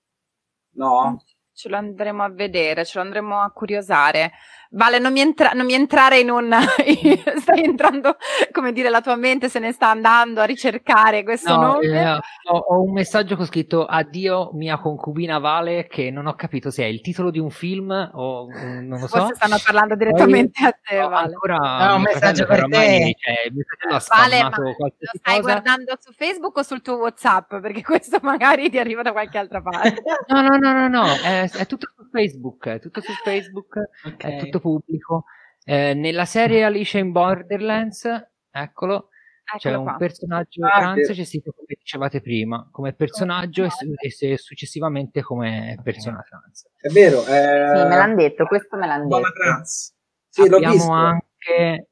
No? Ce lo andremo a vedere, ce lo andremo a curiosare. Vale, non mi, entra- non mi entrare in un... stai entrando, come dire, la tua mente se ne sta andando a ricercare questo No, nome. eh, ho, ho un messaggio con scritto addio mia concubina Vale, che non ho capito se è il titolo di un film o mm, non lo so. Forse stanno parlando Poi direttamente a te, ho Vale. ancora No, un mio messaggio fratello che per oramai, te. cioè, mio fratello ha Vale, spammato ma lo qualsiasi stai cosa. guardando su Facebook o sul tuo WhatsApp? Perché questo magari ti arriva da qualche altra parte. No, no, no, no, no, è, è tutto su Facebook, è tutto su Facebook, Ok. è tutto pubblico. Eh, nella serie Alice in Borderlands, eccolo, c'è Eccolo un qua. personaggio Ah, trans vero. gestito come dicevate prima, come personaggio e, su- e se- successivamente come persona trans. È vero, Sì, me è l'hanno detto, questo me l'hanno donna detto. trans. Sì, l'ho Abbiamo visto. anche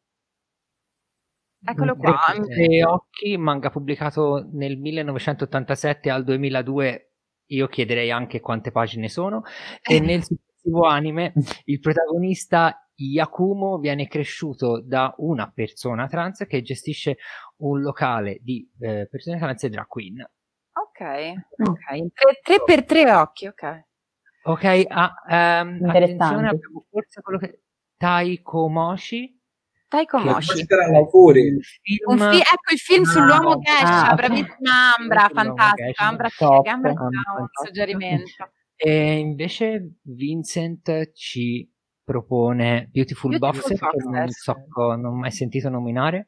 Eccolo un qua. Per tre occhi, manga pubblicato nel millenovecentottantasette al duemiladue, io chiederei anche quante pagine sono, e nel successivo anime il protagonista Yakumo viene cresciuto da una persona trans che gestisce un locale di eh, persone trans e drag queen. Ok, ok. Tre, tre per tre occhi, ok. Ok, ah, ehm, Interessante. attenzione, abbiamo forse quello che... Taiko Moshi, Taiko che Moshi. Poi c'erano fuori. il film... Un fi- ecco il film sull'uomo Ah, geisha, ah, ok. bravissima Ambra, Sull'uomo fantastica. geisha. Ambra, Top. che Ambra ti Ah, dà un fantastico. suggerimento. E invece Vincent ci propone Beautiful, Beautiful Boxer, che non Boxers. so, non ho mai sentito nominare.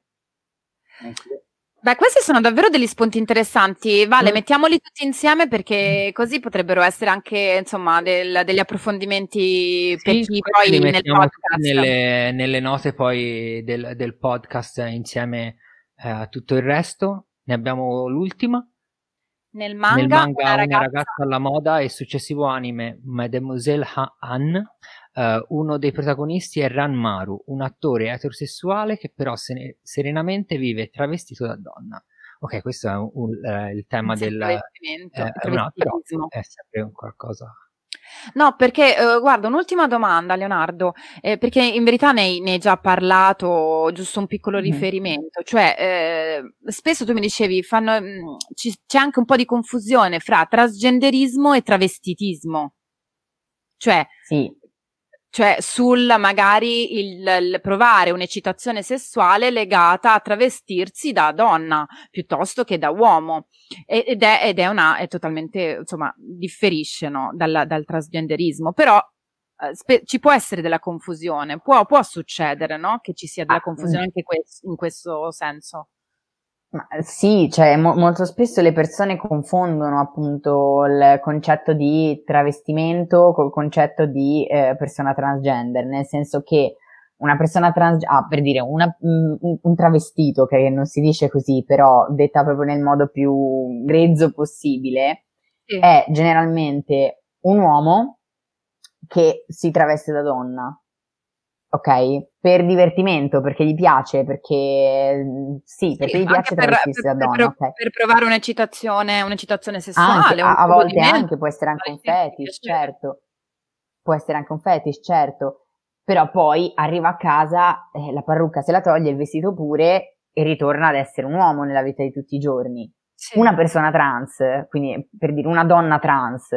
Beh, questi sono davvero degli spunti interessanti. Vale, Mm. mettiamoli tutti insieme perché così potrebbero essere anche, insomma, del- degli approfondimenti per Sì, chi questi poi li nel mettiamo tutti podcast. nelle, nelle note poi del, del podcast insieme eh, a tutto il resto. Ne abbiamo l'ultima. Nel Nel manga, manga una Una ragazza... ragazza alla moda e successivo anime Mademoiselle Han, eh, uno dei protagonisti è Ranmaru, un attore eterosessuale che però se ne- serenamente vive travestito da donna. Ok, questo è un- un- eh, il tema Sì, il del... travestimento, eh, il è una- però travestitismo. è sempre un qualcosa... No, perché eh, guarda, un'ultima domanda, Leonardo, eh, perché in verità ne hai, ne hai già parlato, giusto un piccolo Mhm. riferimento, cioè eh, spesso tu mi dicevi, fanno, mh, ci- c'è anche un po' di confusione fra trasgenderismo e travestitismo, cioè, Sì, cioè sul magari il, il provare un'eccitazione sessuale legata a travestirsi da donna piuttosto che da uomo. E- Ed è, ed è una, è totalmente, insomma, differisce, no, dal, dal trasgenderismo, però eh, spe- ci può essere della confusione, può, può succedere, no, che ci sia della Ah, confusione anche quest- in questo senso. ma sì, cioè mo- molto spesso le persone confondono appunto il concetto di travestimento col concetto di eh, persona transgender, nel senso che una persona trans, ah, per dire una- un, un travestito, che non si dice così, però detta proprio nel modo più grezzo possibile, Sì. è generalmente un uomo che si traveste da donna. Ok? Per divertimento, perché gli piace, perché mm, sì, perché Sì, gli anche piace per, travestirsi per- da per- donna, per- ok? per provare un'eccitazione, un'eccitazione Anche, sessuale, un a, a volte godimento, anche può essere anche un sì, sì, fetish, piacere. certo, può essere anche un fetish, certo, però poi arriva a casa, eh, la parrucca se la toglie, il vestito pure, e ritorna ad essere un uomo nella vita di tutti i giorni. Sì. Una persona trans, quindi per dire una donna trans,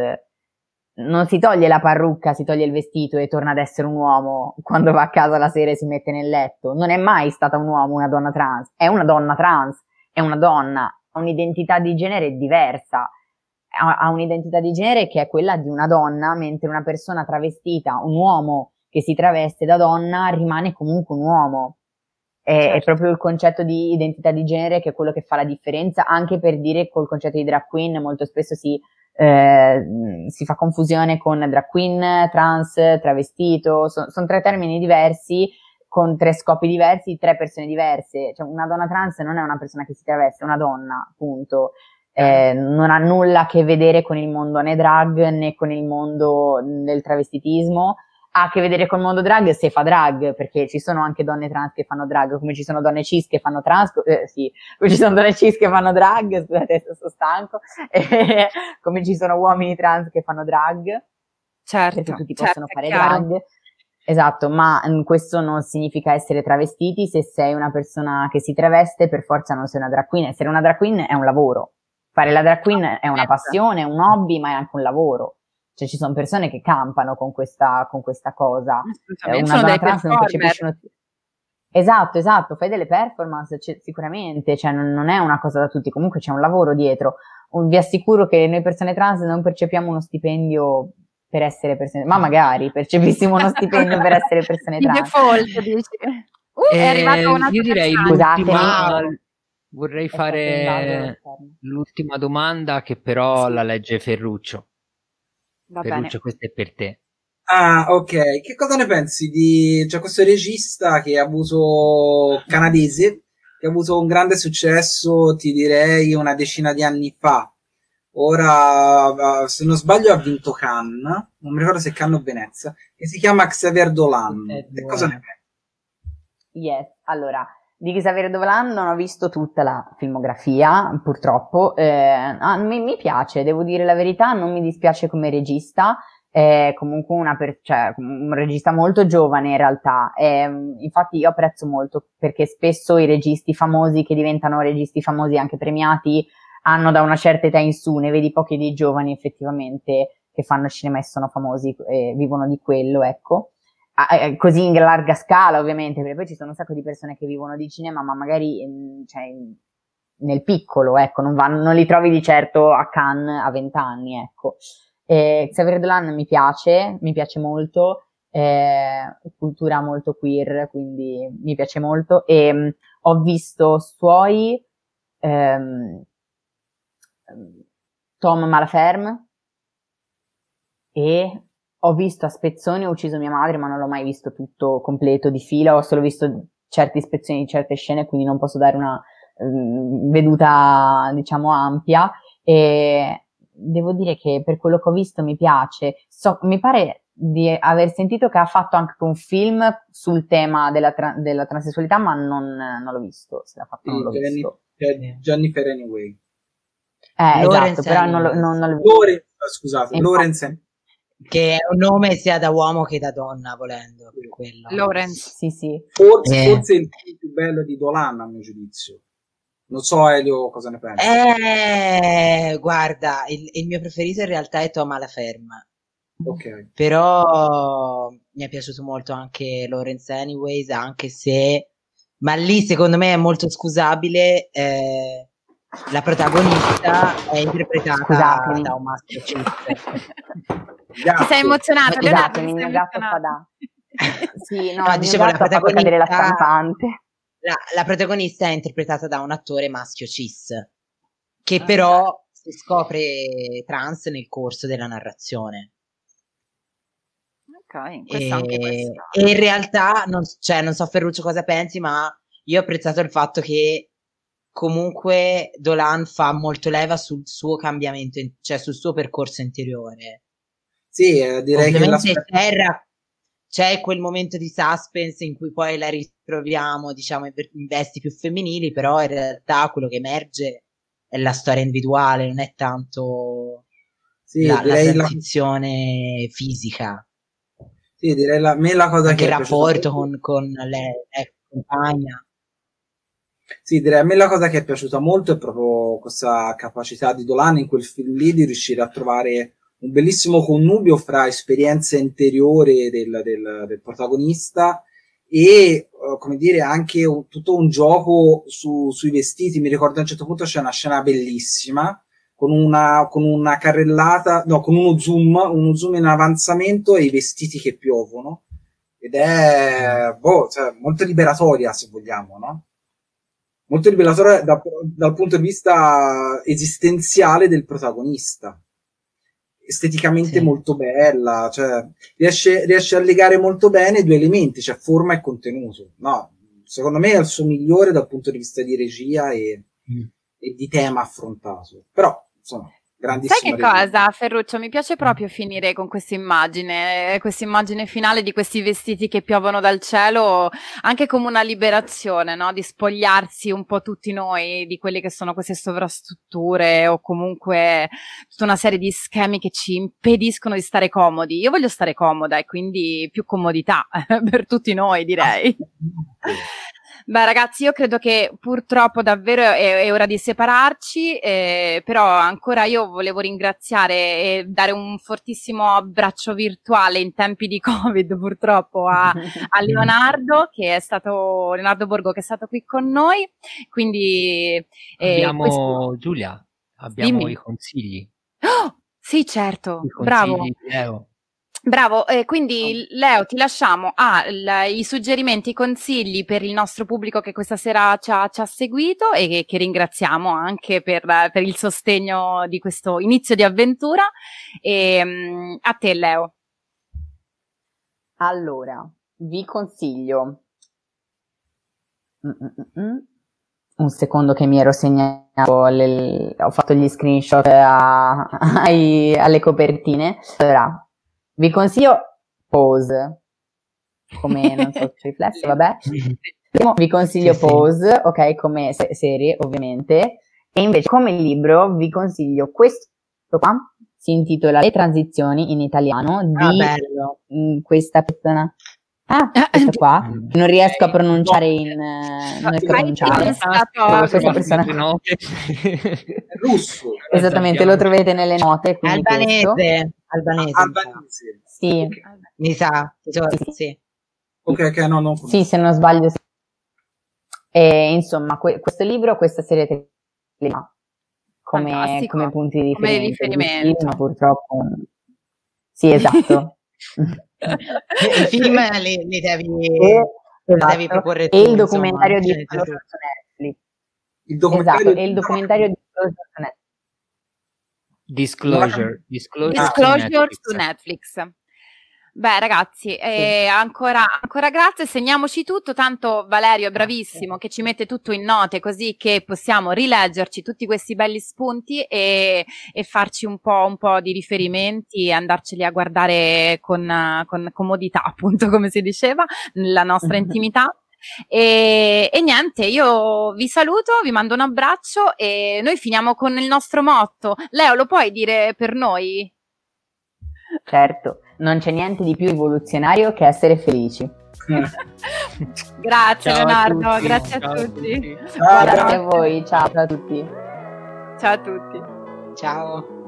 non si toglie la parrucca, si toglie il vestito e torna ad essere un uomo quando va a casa la sera e si mette nel letto. Non è mai stata un uomo, una donna trans, è una donna trans, è una donna, ha un'identità di genere diversa, ha, ha un'identità di genere che è quella di una donna, mentre una persona travestita, un uomo che si traveste da donna, rimane comunque un uomo. È, certo. È proprio il concetto di identità di genere che è quello che fa la differenza, anche per dire col concetto di drag queen molto spesso si, eh, si fa confusione con drag queen, trans, travestito, sono son tre termini diversi con tre scopi diversi, tre persone diverse. Cioè, una donna trans non è una persona che si traveste, è una donna, punto. Eh, non ha nulla a che vedere con il mondo né drag né con il mondo del travestitismo. Ha a che vedere col mondo drag se fa drag, perché ci sono anche donne trans che fanno drag, come ci sono donne cis che fanno trans, eh, sì, come ci sono donne cis che fanno drag, scusate, sono stanco, eh, come ci sono uomini trans che fanno drag, certo, perché tutti certo, possono fare drag, esatto, ma mh, questo non significa essere travestiti. Se sei una persona che si traveste, per forza non sei una drag queen. Essere una drag queen è un lavoro, fare la drag queen è una passione, è un hobby, ma è anche un lavoro. Cioè ci sono persone che campano con questa, con questa cosa. Eh, una sono donna dei trans non percepisce una... Esatto, esatto, fai delle performance, cioè, sicuramente, cioè non, non è una cosa da tutti, comunque c'è un lavoro dietro. Un, vi assicuro che noi persone trans non percepiamo uno stipendio per essere persone, ma magari percepissimo uno stipendio per essere persone trans. Di default, dici. Uh, eh, è arrivato una io direi l'ultima, vorrei fare l'ultima domanda che però sì. La legge Ferruccio. Va Ferruccio, bene. questo è per te. Ah, ok. Che cosa ne pensi di cioè, questo regista che ha avuto canadese, che ha avuto un grande successo, ti direi, una decina di anni fa. Ora, se non sbaglio, ha vinto Cannes, non mi ricordo se Cannes o Venezia, che si chiama Xavier Dolan. Che cosa ne pensi? Yes, allora, di Xavier Dolan non ho visto tutta la filmografia, purtroppo. Eh, ah, mi, mi piace, devo dire la verità, non mi dispiace come regista. È comunque una per, cioè, un regista molto giovane in realtà. È, infatti io apprezzo molto perché spesso i registi famosi che diventano registi famosi anche premiati hanno da una certa età in su, ne vedi pochi dei giovani effettivamente che fanno cinema e sono famosi e vivono di quello, ecco. Ah, così in larga scala ovviamente, perché poi ci sono un sacco di persone che vivono di cinema ma magari cioè, nel piccolo, ecco, non, vanno, non li trovi di certo a Cannes a vent'anni, ecco. Eh, Xavier Dolan mi piace, mi piace molto, eh, cultura molto queer, quindi mi piace molto, e mh, ho visto suoi ehm, Tom Malaferme e ho visto a spezzoni Ho ucciso mia madre, ma non l'ho mai visto tutto completo di fila, ho solo visto certe spezzoni di certe scene, quindi non posso dare una um, veduta, diciamo, ampia. E devo dire che per quello che ho visto mi piace. So, mi pare di aver sentito che ha fatto anche un film sul tema della, tra- della transessualità, ma non, non l'ho visto. Se l'ha fatto, sì, non l'ho Jenny, visto. Jennifer Anyway. Eh, esatto, però non, lo, non, non l'ho visto. Lawrence, scusate, eh, Lawrence. Che è un nome sia da uomo che da donna, volendo. Per quello. Lawrence. Sì, sì. Forse, eh. forse il più bello di Dolan, a mio giudizio. Non so, Elio, cosa ne pensi? Eh, guarda, il, il mio preferito in realtà è Tom Malaferma. Ok. Però mi è piaciuto molto anche Lawrence Anyways, anche se... Ma lì, secondo me, è molto scusabile. Eh, la protagonista è interpretata Scusatemi. da un maschio cis. Ti sei emozionato, Leonardo? Scusatemi, il mio gatto fa da... Sì, no, no il dicevo, mio la gatto fa cadere la stampante. La, la protagonista è interpretata da un attore maschio cis, che ah, però si scopre trans nel corso della narrazione. Ok, questo e, anche questo. E in realtà, non, cioè, non so Ferruccio cosa pensi, ma io ho apprezzato il fatto che comunque Dolan fa molto leva sul suo cambiamento, cioè sul suo percorso interiore. Sì, eh, direi Ovviamente che Terra c'è quel momento di suspense in cui poi la ritroviamo, diciamo, in vesti più femminili, però in realtà quello che emerge è la storia individuale, non è tanto sì, la, la direi transizione la... fisica. Sì, direi la, a me la cosa anche che il è rapporto piaciuta con, con le, le compagna. Sì, direi a me la cosa che è piaciuta molto è proprio questa capacità di Dolan in quel film lì di riuscire a trovare un bellissimo connubio fra esperienze interiori del, del, del protagonista e, uh, come dire, anche un, tutto un gioco su, sui vestiti. Mi ricordo a un certo punto c'è una scena bellissima con una, con una carrellata, no, con uno zoom, uno zoom in avanzamento e i vestiti che piovono. Ed è, boh, cioè, molto liberatoria, se vogliamo, no? Molto rivelatore da, dal punto di vista esistenziale del protagonista. Esteticamente Sì. molto bella, cioè riesce, riesce a legare molto bene due elementi, cioè forma e contenuto. No, secondo me è il suo migliore dal punto di vista di regia e, mm. e di tema affrontato. Però, insomma, grandissima Sai che regia. cosa, Ferruccio? Mi piace proprio finire con questa immagine, questa immagine finale di questi vestiti che piovono dal cielo, anche come una liberazione, no? Di spogliarsi un po' tutti noi di quelle che sono queste sovrastrutture o comunque tutta una serie di schemi che ci impediscono di stare comodi. Io voglio stare comoda e quindi più comodità per tutti noi, direi. Beh ragazzi, io credo che purtroppo davvero è, è ora di separarci, eh, però ancora io volevo ringraziare e dare un fortissimo abbraccio virtuale in tempi di Covid purtroppo a, a Leonardo, che è stato, Leonardo Borgo, che è stato qui con noi, quindi... Eh, abbiamo, questo... Giulia, abbiamo Dimmi. i consigli. Oh, sì, certo, I bravo. consigli di Leo. Bravo, eh, quindi Leo ti lasciamo a l- i suggerimenti, i consigli per il nostro pubblico che questa sera ci ha, ci ha seguito e che, che ringraziamo anche per, per il sostegno di questo inizio di avventura. E, um, a te Leo. Allora, vi consiglio Mm-mm-mm. un secondo che mi ero segnato, le... ho fatto gli screenshot a... ai... alle copertine. Allora, vi consiglio Pose, come non so, riflesso, vabbè. Vi consiglio Sì, sì. Pose, ok, come se- serie ovviamente. E invece come libro vi consiglio questo qua, si intitola Le transizioni in italiano di Ah, bello. mh, questa persona. Ah, questo qua, non riesco a pronunciare in eh, non riesco a pronunciare. Questa persona È russo. esattamente, lo trovate nelle note, quindi questo. Albanese. Albanese. Albanese. Sì, Ok. Mi sa, sì. sì. Ok, ok, no, non sì, se non sbaglio. sì. E, insomma, que- questo libro, questa serie televisiva come, Fantastico. come punti di Come riferimento. riferimento. Il film, purtroppo. Sì, esatto. I film li, li devi, E, esatto. devi proporre tu, E il insomma, documentario di cioè, Disclosure su Netflix. Il documentario Esatto, e il documentario di Disclosure su Netflix. Disclosure. Disclosure, Disclosure su su Netflix. Beh ragazzi, eh, ancora, ancora grazie, segniamoci tutto, tanto Valerio è bravissimo che ci mette tutto in note così che possiamo rileggerci tutti questi belli spunti e, e farci un po', un po' di riferimenti e andarceli a guardare con, con comodità, appunto come si diceva, nella nostra intimità. E, e niente, io vi saluto, vi mando un abbraccio e noi finiamo con il nostro motto. Leo, lo puoi dire per noi? Certo, non c'è niente di più rivoluzionario che essere felici. Grazie Ciao Leonardo, a tutti, grazie a ciao a tutti. tutti. Ciao. Grazie a voi, ciao a tutti. Ciao a tutti. Ciao.